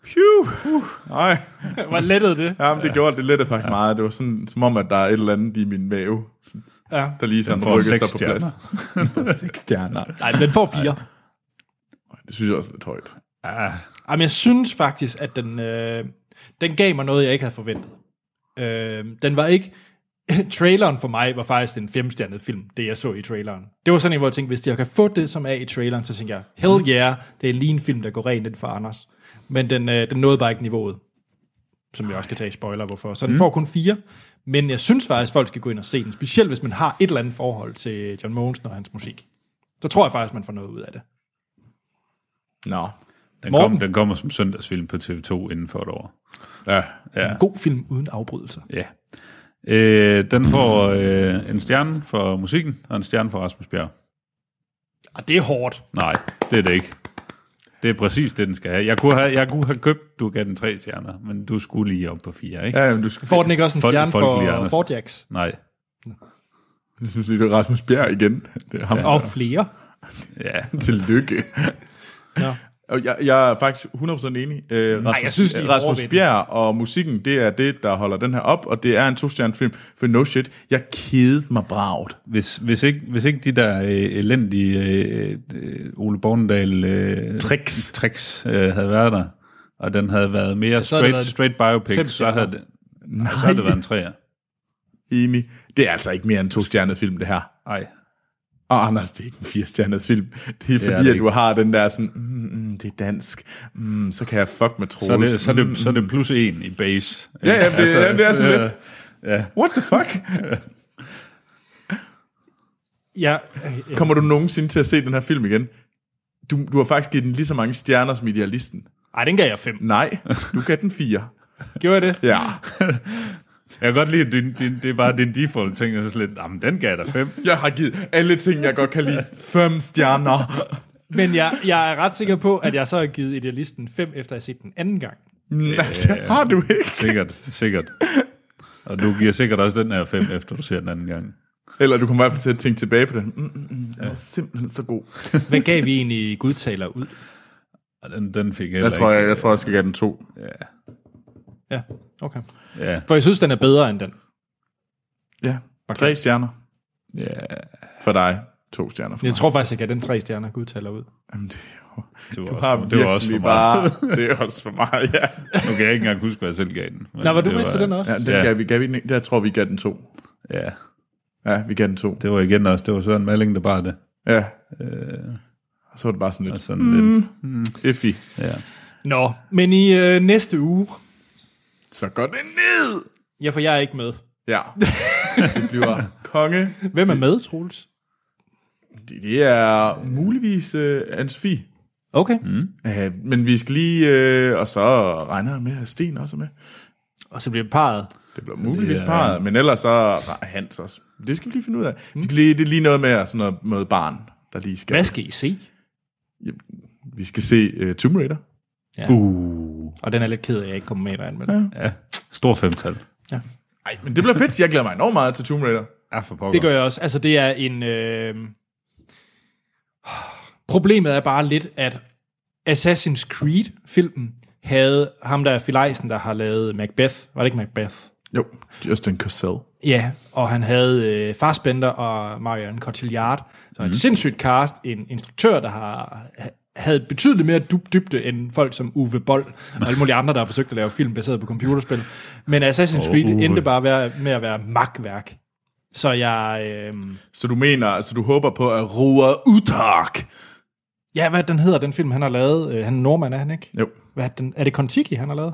Phew. Uh, nej. Hvor lettede det? Jamen, det gjorde det lettede faktisk ja. meget. Det var sådan, som om, at der er et eller andet i min mave, sådan, ja. der lige sådan rykkede sig på plads. Seks stjerner. Nej, den får fire. Ej. Det synes jeg også er lidt højt. Ja. Jamen, jeg synes faktisk, at den, øh, den gav mig noget, jeg ikke havde forventet. Øh, den var ikke... Traileren for mig var faktisk en femstjernet film, det jeg så i traileren. Det var sådan en, hvor jeg tænkte, hvis jeg kan få det, som er i traileren, så tænker jeg, hell yeah, det er lige en film, der går rent ind for Anders. Men den, øh, den nåede bare ikke niveauet, som jeg også kan tage i spoiler, hvorfor. Så den mm. får kun fire. Men jeg synes faktisk, folk skal gå ind og se den, specielt hvis man har et eller andet forhold til John Mogensen og hans musik. Så tror jeg faktisk, man får noget ud af det. Nå. Den, kom, den kommer som søndagsfilm på T V to inden for et år. Ja. Ja. En god film uden afbrydelser. Ja. Øh, den får øh, en stjerne for musikken, og en stjerne for Rasmus Bjerg. Ah, det er hårdt. Nej, det er det ikke. Det er præcis det, den skal have. Jeg kunne have, jeg kunne have købt, du gav den tre stjerner, men du skulle lige op på fire, ikke? Ja, men du skal... Får den ikke også en Folk, stjerne for Fort Jacks? Nej. Jeg synes, det er Rasmus Bjerg igen. Det er ham, ja. Og flere. Ja. Tillykke. Ja. Og jeg, jeg er faktisk hundrede procent enig. Øh, Rasmus, Nej, jeg synes, det er Rasmus Bjerg og musikken, det er det, der holder den her op, og det er en to-stjerne film, for no shit, jeg kedede mig bragt. Hvis, hvis, ikke, hvis ikke de der øh, elendige øh, øh, Ole Bornedal øh, tricks, tricks øh, havde været der, og den havde været mere ja, straight, været straight biopic, så havde, det, nej, så havde det været en treer. Enig. Det er altså ikke mere end to-stjernet film, det her. Nej. Og Anders, det er ikke en fire-stjernet film. Det er fordi, det er det at du har den der sådan, mm, mm, det er dansk, mm, så kan jeg fuck med Troels. Så er det, så er det, så er det plus en i base. Ja, ja, det, altså, ja, det er sådan lidt. Ja. What the fuck? ja, ja. Kommer du nogensinde til at se den her film igen? Du, du har faktisk givet den lige så mange stjerner som Idealisten. Ej, den gav jeg fem. Nej, du gav den fire. Gjorde jeg det? Ja. Jeg kan godt lide, at din, din, det er bare din default ting, og så lidt, jamen den gav dig fem. Jeg har givet alle ting, jeg godt kan lide, fem stjerner. Men jeg, jeg er ret sikker på, at jeg så har givet Idealisten fem, efter jeg har set den anden gang. Nej, det har du ikke. Sikkert, sikkert. Og du giver sikkert også den her fem, efter du ser den anden gang. Eller du kommer i hvert fald til at tænke tilbage på den. Mm, mm, mm, den var simpelthen så god. Hvad gav vi egentlig Gudtaler ud? Og den, den fik jeg jeg tror, ikke. Jeg, jeg tror, jeg skal give den to. Ja. Ja, okay. Ja. For jeg synes, den er bedre end den. Ja, okay. Tre stjerner. Ja. For dig, to stjerner for Jeg mig. tror faktisk, jeg gav den tre stjerner Gudtaler ud. Jamen, det, det var, du også, har for, det var også for mig. Bare, det er også for mig, ja. Nu kan jeg ikke engang huske, hvad jeg selv gav den. Nå, var du med til den også? Ja, den ja. gav vi, gav vi den, der tror vi gav den to. Ja. Ja, vi gav den to. Det var igen også, det var Søren Malling, der bare det. Ja. Øh, og så var det bare sådan lidt. sådan mm. lidt. Mm. Iffy. Ja. Nå, men i øh, næste uge... Så går det ned! Ja, for jeg er ikke med. Ja. Det bliver konge. Hvem er med, Troels? Det, det er muligvis uh, Anne-Sophie. Okay. Mm. Uh, men vi skal lige... Uh, og så regner jeg med, at Sten også er med. Og så bliver det parret. Det bliver muligvis det er, parret, men ellers så er Hans også. Det skal vi lige finde ud af. Mm. Vi skal lige, det er lige noget med sådan noget, noget barn, der lige skal... Hvad skal I se? Ja, vi skal se uh, Tomb Raider. Ja. Uh. Og den er lidt ked af, at jeg ikke kommer med derinde. Men... Ja. Ja, stor femtal. Ja. Ej, men det bliver fedt. Jeg glæder mig enormt meget til Tomb Raider. Ja, for pokker. Det gør jeg også. Altså, det er en... Øh... Problemet er bare lidt, at Assassin's Creed-filmen havde ham der Phil Eisen, der har lavet Macbeth. Var det ikke Macbeth? Jo, Justin Cosell. Ja, og han havde øh, Fassbender og Marion Cotillard. Så mm. et sindssygt cast. En instruktør, der har... havde betydeligt mere dybde end folk som Uwe Boll og alle mulige andre, der har forsøgt at lave film baseret på computerspil. Men Assassin's Creed oh, endte bare med at være magtværk. Så jeg... Øh... Så du mener, altså du håber på at Roar Uttark? Ja, hvad den hedder, den film, han har lavet? Han er nordmand, er han ikke? Jo. Hvad er, den, er det Kon-Tiki, han har lavet?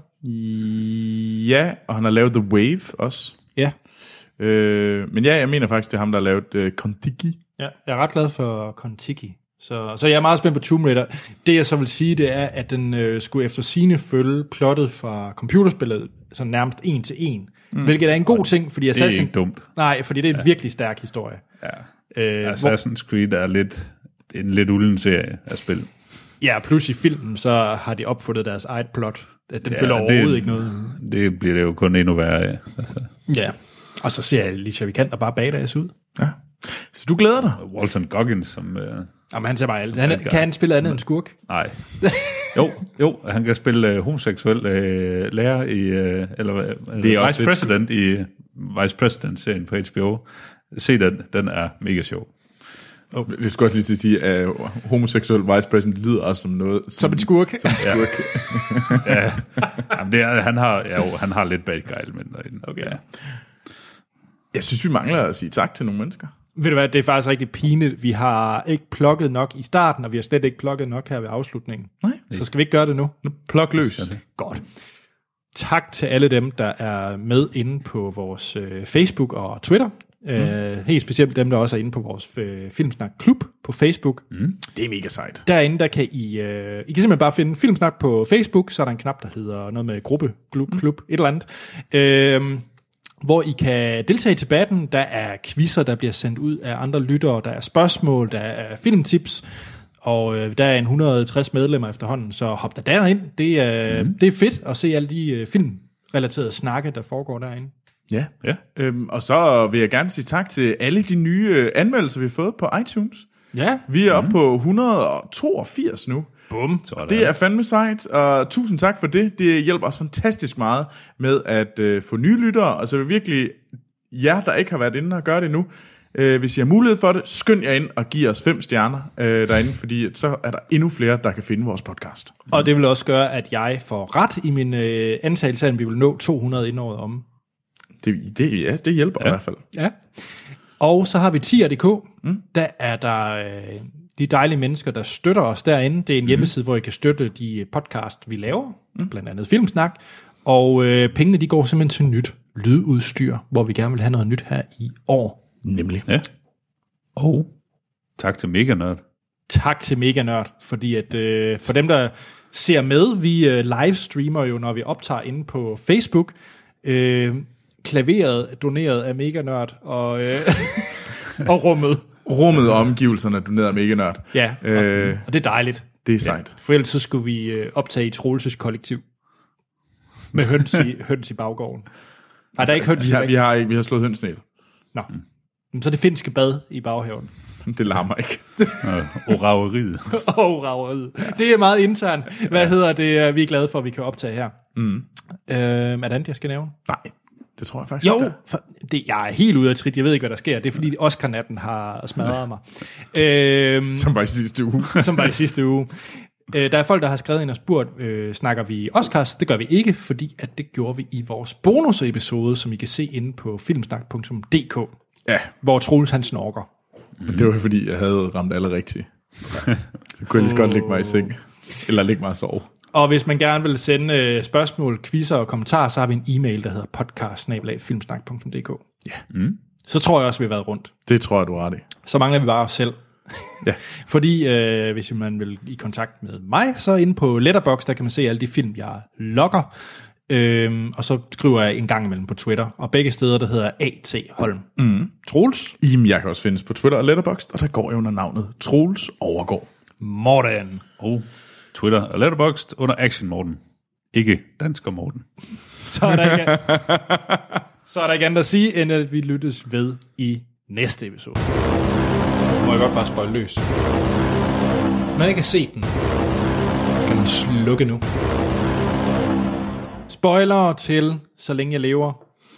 Ja, og han har lavet The Wave også. Ja. Øh, men ja, jeg mener faktisk, det er ham, der har lavet uh, Kon-Tiki. Ja, jeg er ret glad for Kon-Tiki. Så, så jeg er meget spændt på Tomb Raider. Det jeg så vil sige, det er, at den øh, skulle efter sine følge plottet fra computerspillet, så nærmest en til en. Mm. Hvilket er en god ting, fordi Assassin... Det er ikke dumt. Nej, fordi det er en ja. virkelig stærk historie. Ja. Øh, Assassin's Creed er lidt en lidt ulden serie af spil. Ja, plus i filmen, så har de opfundet deres eget plot. Den ja, følger overhovedet det, ikke noget. Det bliver det jo kun endnu værre af. Altså. Ja, og så ser jeg Alicia Vikander bare badass ud. Ja. Så du glæder dig? Walton Goggins, som... Øh, Jamen, han ser bare alt. Han, kan han spille andet end skurk? Nej. Jo, jo, han kan spille uh, homoseksuel uh, lærer i, uh, eller uh, Det er vice president i uh, Vice President-serien på H B O. Se den, den er mega sjov. Oh. Jeg skulle også lige til at sige, at homoseksuel vice president lyder også som noget... Som, Som en skurk. Som en skurk. Ja. Ja. Jamen, det er, han, har, ja, jo, han har lidt bad guy elementer i den. Okay. Ja. Jeg synes, vi mangler at sige tak til nogle mennesker. Ved du hvad, det er faktisk rigtig pinligt. Vi har ikke plukket nok i starten, og vi har slet ikke plukket nok her ved afslutningen. Nej. Så skal vi ikke gøre det nu? Nu pluk løs. Godt. Tak til alle dem, der er med inde på vores øh, Facebook og Twitter. Mm. Øh, helt specielt dem, der også er inde på vores øh, Filmsnak Klub på Facebook. Mm. Det er mega sejt. Derinde, der kan I... Øh, I kan simpelthen bare finde Filmsnak på Facebook, så er der en knap, der hedder noget med gruppe, klub, mm. klub, et eller andet. Øh, hvor I kan deltage i debatten. Der er quizzer, der bliver sendt ud af andre lyttere. Der er spørgsmål, der er filmtips. Og øh, der er en et hundrede og tres medlemmer efterhånden, så hop der derind. Det er, mm. det er fedt at se alle de øh, filmrelaterede snakke, der foregår derinde. Ja, ja. Øhm, og så vil jeg gerne sige tak til alle de nye øh, anmeldelser, vi har fået på iTunes. Ja. Vi er oppe mm. på et hundrede og toogfirs nu. Bum. Det er fandme sejt, og tusind tak for det. Det hjælper os fantastisk meget med at øh, få nye lyttere, og så vil virkelig jer, der ikke har været inde og gøre det nu, øh, hvis I har mulighed for det, skynd jer ind og giv os fem stjerner øh, derinde, fordi så er der endnu flere, der kan finde vores podcast. Og det vil også gøre, at jeg får ret i min øh, antagelse af, at vi vil nå to hundrede inden året om. Det, det, ja, det hjælper ja. i hvert fald. Ja. Og så har vi tier punktum d k. Mm. Der er der øh, de dejlige mennesker, der støtter os derinde. Det er en mm. hjemmeside, hvor I kan støtte de podcast, vi laver. Mm. Blandt andet Filmsnak. Og øh, pengene, de går simpelthen til nyt lydudstyr, hvor vi gerne vil have noget nyt her i år. Nemlig. Ja. Og tak til Mega Nørd. Tak til Mega Nørd, fordi at øh, for dem, der ser med, vi øh, livestreamer jo, når vi optager inde på Facebook. Øh, klaveret doneret af Mega Nørd og, øh, og rummet. Rummet og omgivelserne doneret af Mega Nørd. Ja, og, øh, og det er dejligt. Det er sejt. Ja, for ellers så skulle vi øh, optage i Troelses kollektiv. Med høns i, høns i baggården. Nej, der er ikke høns vi har, vi har, ikke, vi har slået høns ned. Nå, mm. så er det finske bad i baghaven. Det larmer ikke. Og raveriet. Og raveriet. Det er meget internt. Hvad ja. hedder det, vi er glade for, at vi kan optage her. Mm. Øh, er det andet, jeg skal nævne? Nej, det tror jeg faktisk jo, for, det, jeg er helt ude af trit. Jeg ved ikke, hvad der sker. Det er, fordi Oscar-natten har smadret mig. øh, som var i sidste uge. som var i sidste uge. Øh, der er folk, der har skrevet ind og spurgt, øh, snakker vi Oscars? Det gør vi ikke, fordi at det gjorde vi i vores bonusepisode, som I kan se inde på filmsnak punktum d k. Ja. Hvor Troels han snorker. Mm. Det var fordi, jeg havde ramt alle rigtigt. Så kunne jeg lige så godt lægge mig i seng. Eller lægge mig og sove. Og hvis man gerne vil sende øh, spørgsmål, quizzer og kommentarer, så har vi en e-mail, der hedder podcast snabel-a filmsnak punktum d k. Ja. Mm. Så tror jeg også, vi har været rundt. Det tror jeg, du har det. Så mangler vi bare os selv. Ja. Fordi øh, hvis man vil i kontakt med mig, så inde på Letterboxd, der kan man se alle de film, jeg logger. Øhm, og så skriver jeg en gang imellem på Twitter. Og begge steder, der hedder A T Holm. Mm. Troels? Jamen, jeg kan også findes på Twitter og Letterboxd, og der går jeg under navnet Troels Overgaard. Morten. Og Twitter og Letterboxd under Action Morten. Ikke Dansker Morten. Så er der ikke, så er der ikke andet at sige, end at vi lyttes ved i næste episode. Må jeg godt bare spøjle løs. Hvis man ikke har set den, skal man slukke nu. Spoiler til Så længe jeg lever.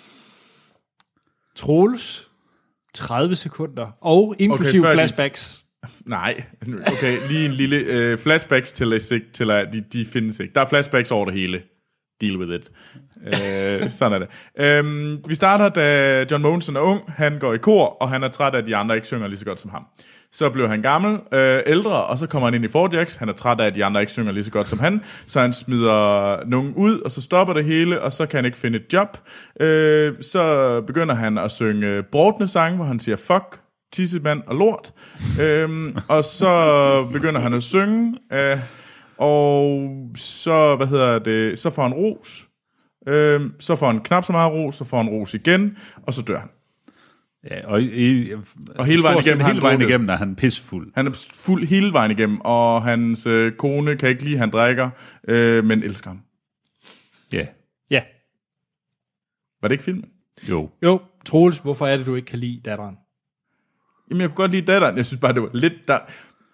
Troels, tredive sekunder, og inklusiv okay, flashbacks. Nej, okay, lige en lille øh, flashbacks til, til de, de findes ikke. Der er flashbacks over det hele. Deal with it. øh, sådan er det. Øhm, vi starter, da John Mogensen er ung. Han går i kor, og han er træt af, at de andre ikke synger lige så godt som ham. Så bliver han gammel, øh, ældre, og så kommer han ind i Four Jacks. Han er træt af, at de andre ikke synger lige så godt som han. Så han smider nogen ud, og så stopper det hele, og så kan han ikke finde et job. Øh, så begynder han at synge brådende sange, hvor han siger fuck, tissemand og lort. øh, og så begynder han at synge, øh, og så, hvad hedder det, så får han ros. Øh, så får han knap så meget ros, så får han ros igen, og så dør han. Ja, og, i, og hele vejen igennem, hele vejen igennem er han pissfuld. Han er fuld hele vejen igennem, og hans øh, kone kan ikke lide, han drikker, øh, men elsker ham. Ja. Yeah. Ja. Var det ikke filmen? Jo. Jo, Troels, hvorfor er det, du ikke kan lide datteren? Jamen, jeg kunne godt lide datteren. Jeg synes bare, det var lidt... Der...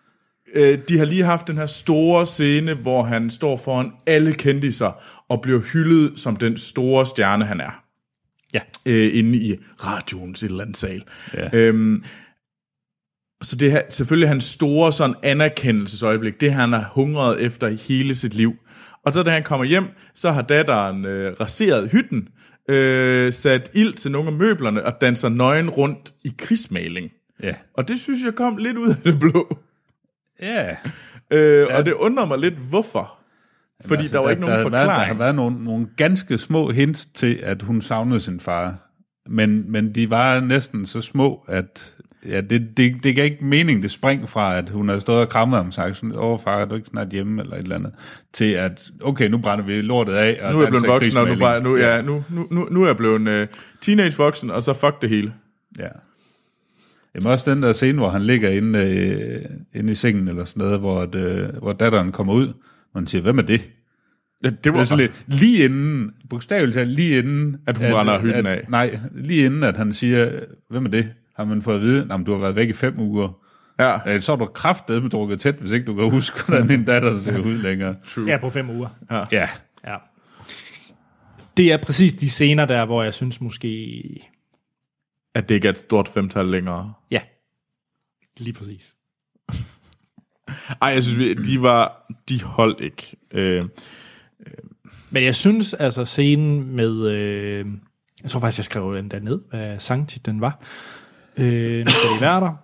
øh, de har lige haft den her store scene, hvor han står foran alle kendiser og bliver hyldet som den store stjerne, han er. Ja. Øh, inde i radioens et eller andet sal. Ja. Øhm, så det er selvfølgelig hans store sådan anerkendelsesøjeblik, det han har hungret efter i hele sit liv. Og så da han kommer hjem, så har datteren øh, raseret hytten, øh, sat ild til nogle af møblerne og danser nøgen rundt i krigsmaling. Ja. Og det synes jeg kom lidt ud af det blå. Ja. Øh, og det undrer mig lidt, hvorfor. Fordi altså, der var der, ikke nogen der forklaring. Været, der har været nogle, nogle ganske små hints til, at hun savnede sin far. Men, men de var næsten så små, at ja, det, det, det gav ikke mening, det spring fra, at hun havde stået og krammet ham og sagt sådan, åh far, er du ikke snart hjemme, eller et eller andet, til at, okay, nu brænder vi lortet af. Og nu er jeg blevet voksen, og nu, bare, nu, ja, nu, nu, nu, nu er jeg blevet uh, teenage-voksen, og så fuck det hele. Ja. Jamen også den der scene, hvor han ligger inde, øh, inde i sengen, eller sådan noget, hvor, at, øh, hvor datteren kommer ud, og han siger, hvem er det? Ja, det var det så lidt, lige inden, bogstaveligt talt, lige inden... At hun brænder hytten af. Nej, lige inden, at han siger, hvem er det? Har man fået at vide, at du har været væk i fem uger. Ja. Så har du kraftedeme drukket tæt, hvis ikke du kan huske, hvordan din datter ser ud længere. True. Ja, på fem uger. Ja. Ja. ja. Det er præcis de scener der, hvor jeg synes måske... At det ikke er et stort femtal længere. Ja, lige præcis. Ej, jeg synes, de var... De holdt ikke. Øh, øh. Men jeg synes, altså scenen med... Øh, jeg tror faktisk, jeg skrev den der ned, hvad sangtitlen var. Øh, nu skal de være der.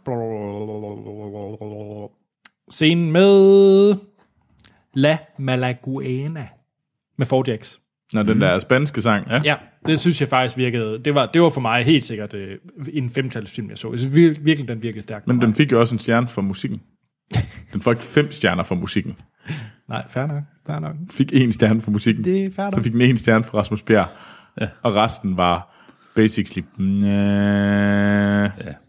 Scenen med La Malaguena med Four Jacks. Nå, den der spanske sang. Ja. ja, det synes jeg faktisk virkede. Det var, det var for mig helt sikkert øh, en femtalsfilm, jeg så. Jeg synes virkelig, virkelig den virkede stærkt. Men den fik jo også en stjerne for musikken. Den fik fem stjerner for musikken. Nej, fair nok. Fair nok. Fik en stjerne for musikken. Det er fair nok. Så fik den en stjerne for Rasmus Bjerg. Ja. Og resten var basically... Ja.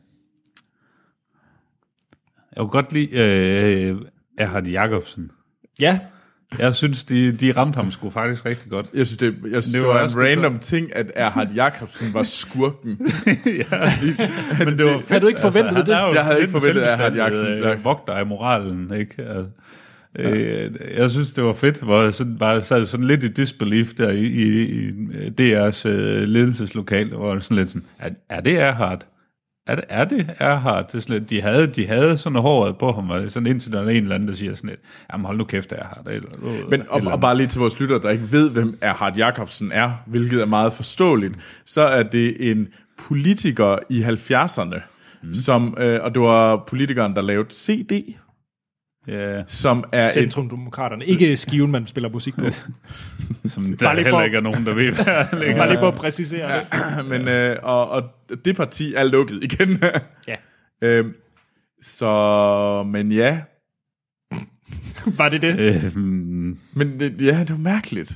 Jeg kunne godt lide øh, Erhard Jacobsen. Ja. Jeg synes, de, de ramte ham sgu faktisk rigtig godt. Jeg synes, det, jeg synes, det, det var, var en random det, ting, at Erhard Jacobsen var skurken. ja, men det var fedt. Havde du ikke forventet altså, det? Jeg havde ikke forventet Erhard Jacobsen. Øh, vogter af moralen, ikke? Altså, ja. øh, jeg synes, det var fedt, hvor jeg sådan bare sad sådan lidt i disbelief der i, i, i D R's øh, ledelseslokal, hvor sådan lidt sådan, er, er det Erhard? Er det, er det Erhard? Det er sådan lidt, de havde, de havde sådan håret på ham, og sådan indtil der er en eller anden, der siger sådan lidt, jamen hold nu kæft, Erhard. Eller, eller, Men og, og bare lige til vores lytter, der ikke ved, hvem Erhard Jacobsen er, hvilket er meget forståeligt, så er det en politiker i halvfjerdserne, mm. som, øh, og det var politikeren, der lavede C D, yeah. som er Centrumdemokraterne. Ikke skiven, man spiller musik på. Som der heller for, ikke er nogen, der ved, hvad bare lige for at præcisere ja, det. Men, øh, og, og det parti er lukket igen. ja. øhm, så, men ja. Var det det? Øhm. Men det, ja, det var mærkeligt.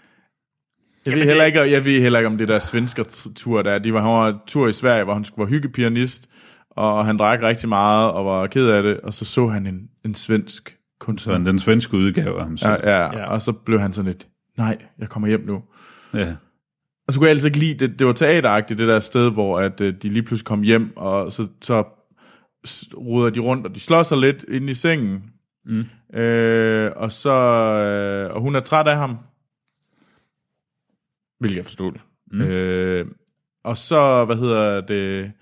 Jeg ved, heller ikke, jeg ved heller ikke om det der svensker tur der. De var, han var tur i Sverige, hvor han skulle være hyggepianist, og han drak rigtig meget og var ked af det, og så så han en, en svensk kunstner. Så den svenske udgave af ham selv. Ja, ja, ja, og så blev han sådan lidt, nej, jeg kommer hjem nu. Ja. Og så kunne jeg altså ikke lide, det, det var teateragtigt, det der sted, hvor at, de lige pludselig kom hjem, og så, så ruder de rundt, og de slår sig lidt inde i sengen. Mm. Øh, og så, øh, og hun er træt af ham. Hvilket jeg forstod det. Mm. Øh, og så, hvad hedder det,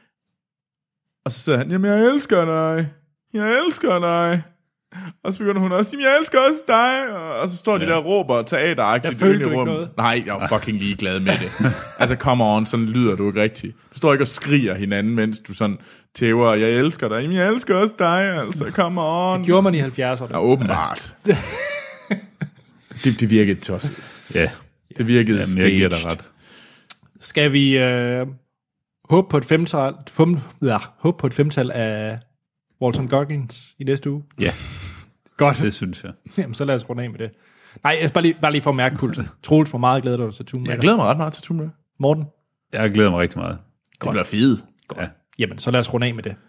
og så siger han, jamen jeg elsker dig, jeg elsker dig. Og så begynder hun også, jamen jeg elsker også dig. Og så står de ja. der og råber teateragtigt. Der følte du ikke noget? Nej, jeg er fucking ligeglad med det. Altså come on, sådan lyder du ikke rigtigt. Du står ikke og skriger hinanden, mens du sådan tæver, jeg elsker dig, jamen jeg elsker også dig, altså come on. Det gjorde man i halvfjerdserne. Ja, åbenbart. det, det virkede tosset. Ja. Det virkede staged. Jeg giver dig ret. Skal vi øh, håbe på et femtal, fem, ja, håbe på et femtal af Walton Goggins i næste uge? Ja. Godt. Det synes jeg. Jamen, så lad os runde af med det. Nej, jeg bare lige, bare lige for at mærke pulsen. Troels, hvor meget glæder du dig til Tomb Raider? Jeg glæder mig ret meget til Tomb Raider. Morten? Jeg glæder mig rigtig meget. Godt. Det bliver fedt. Ja. Jamen, så lad os runde af med det.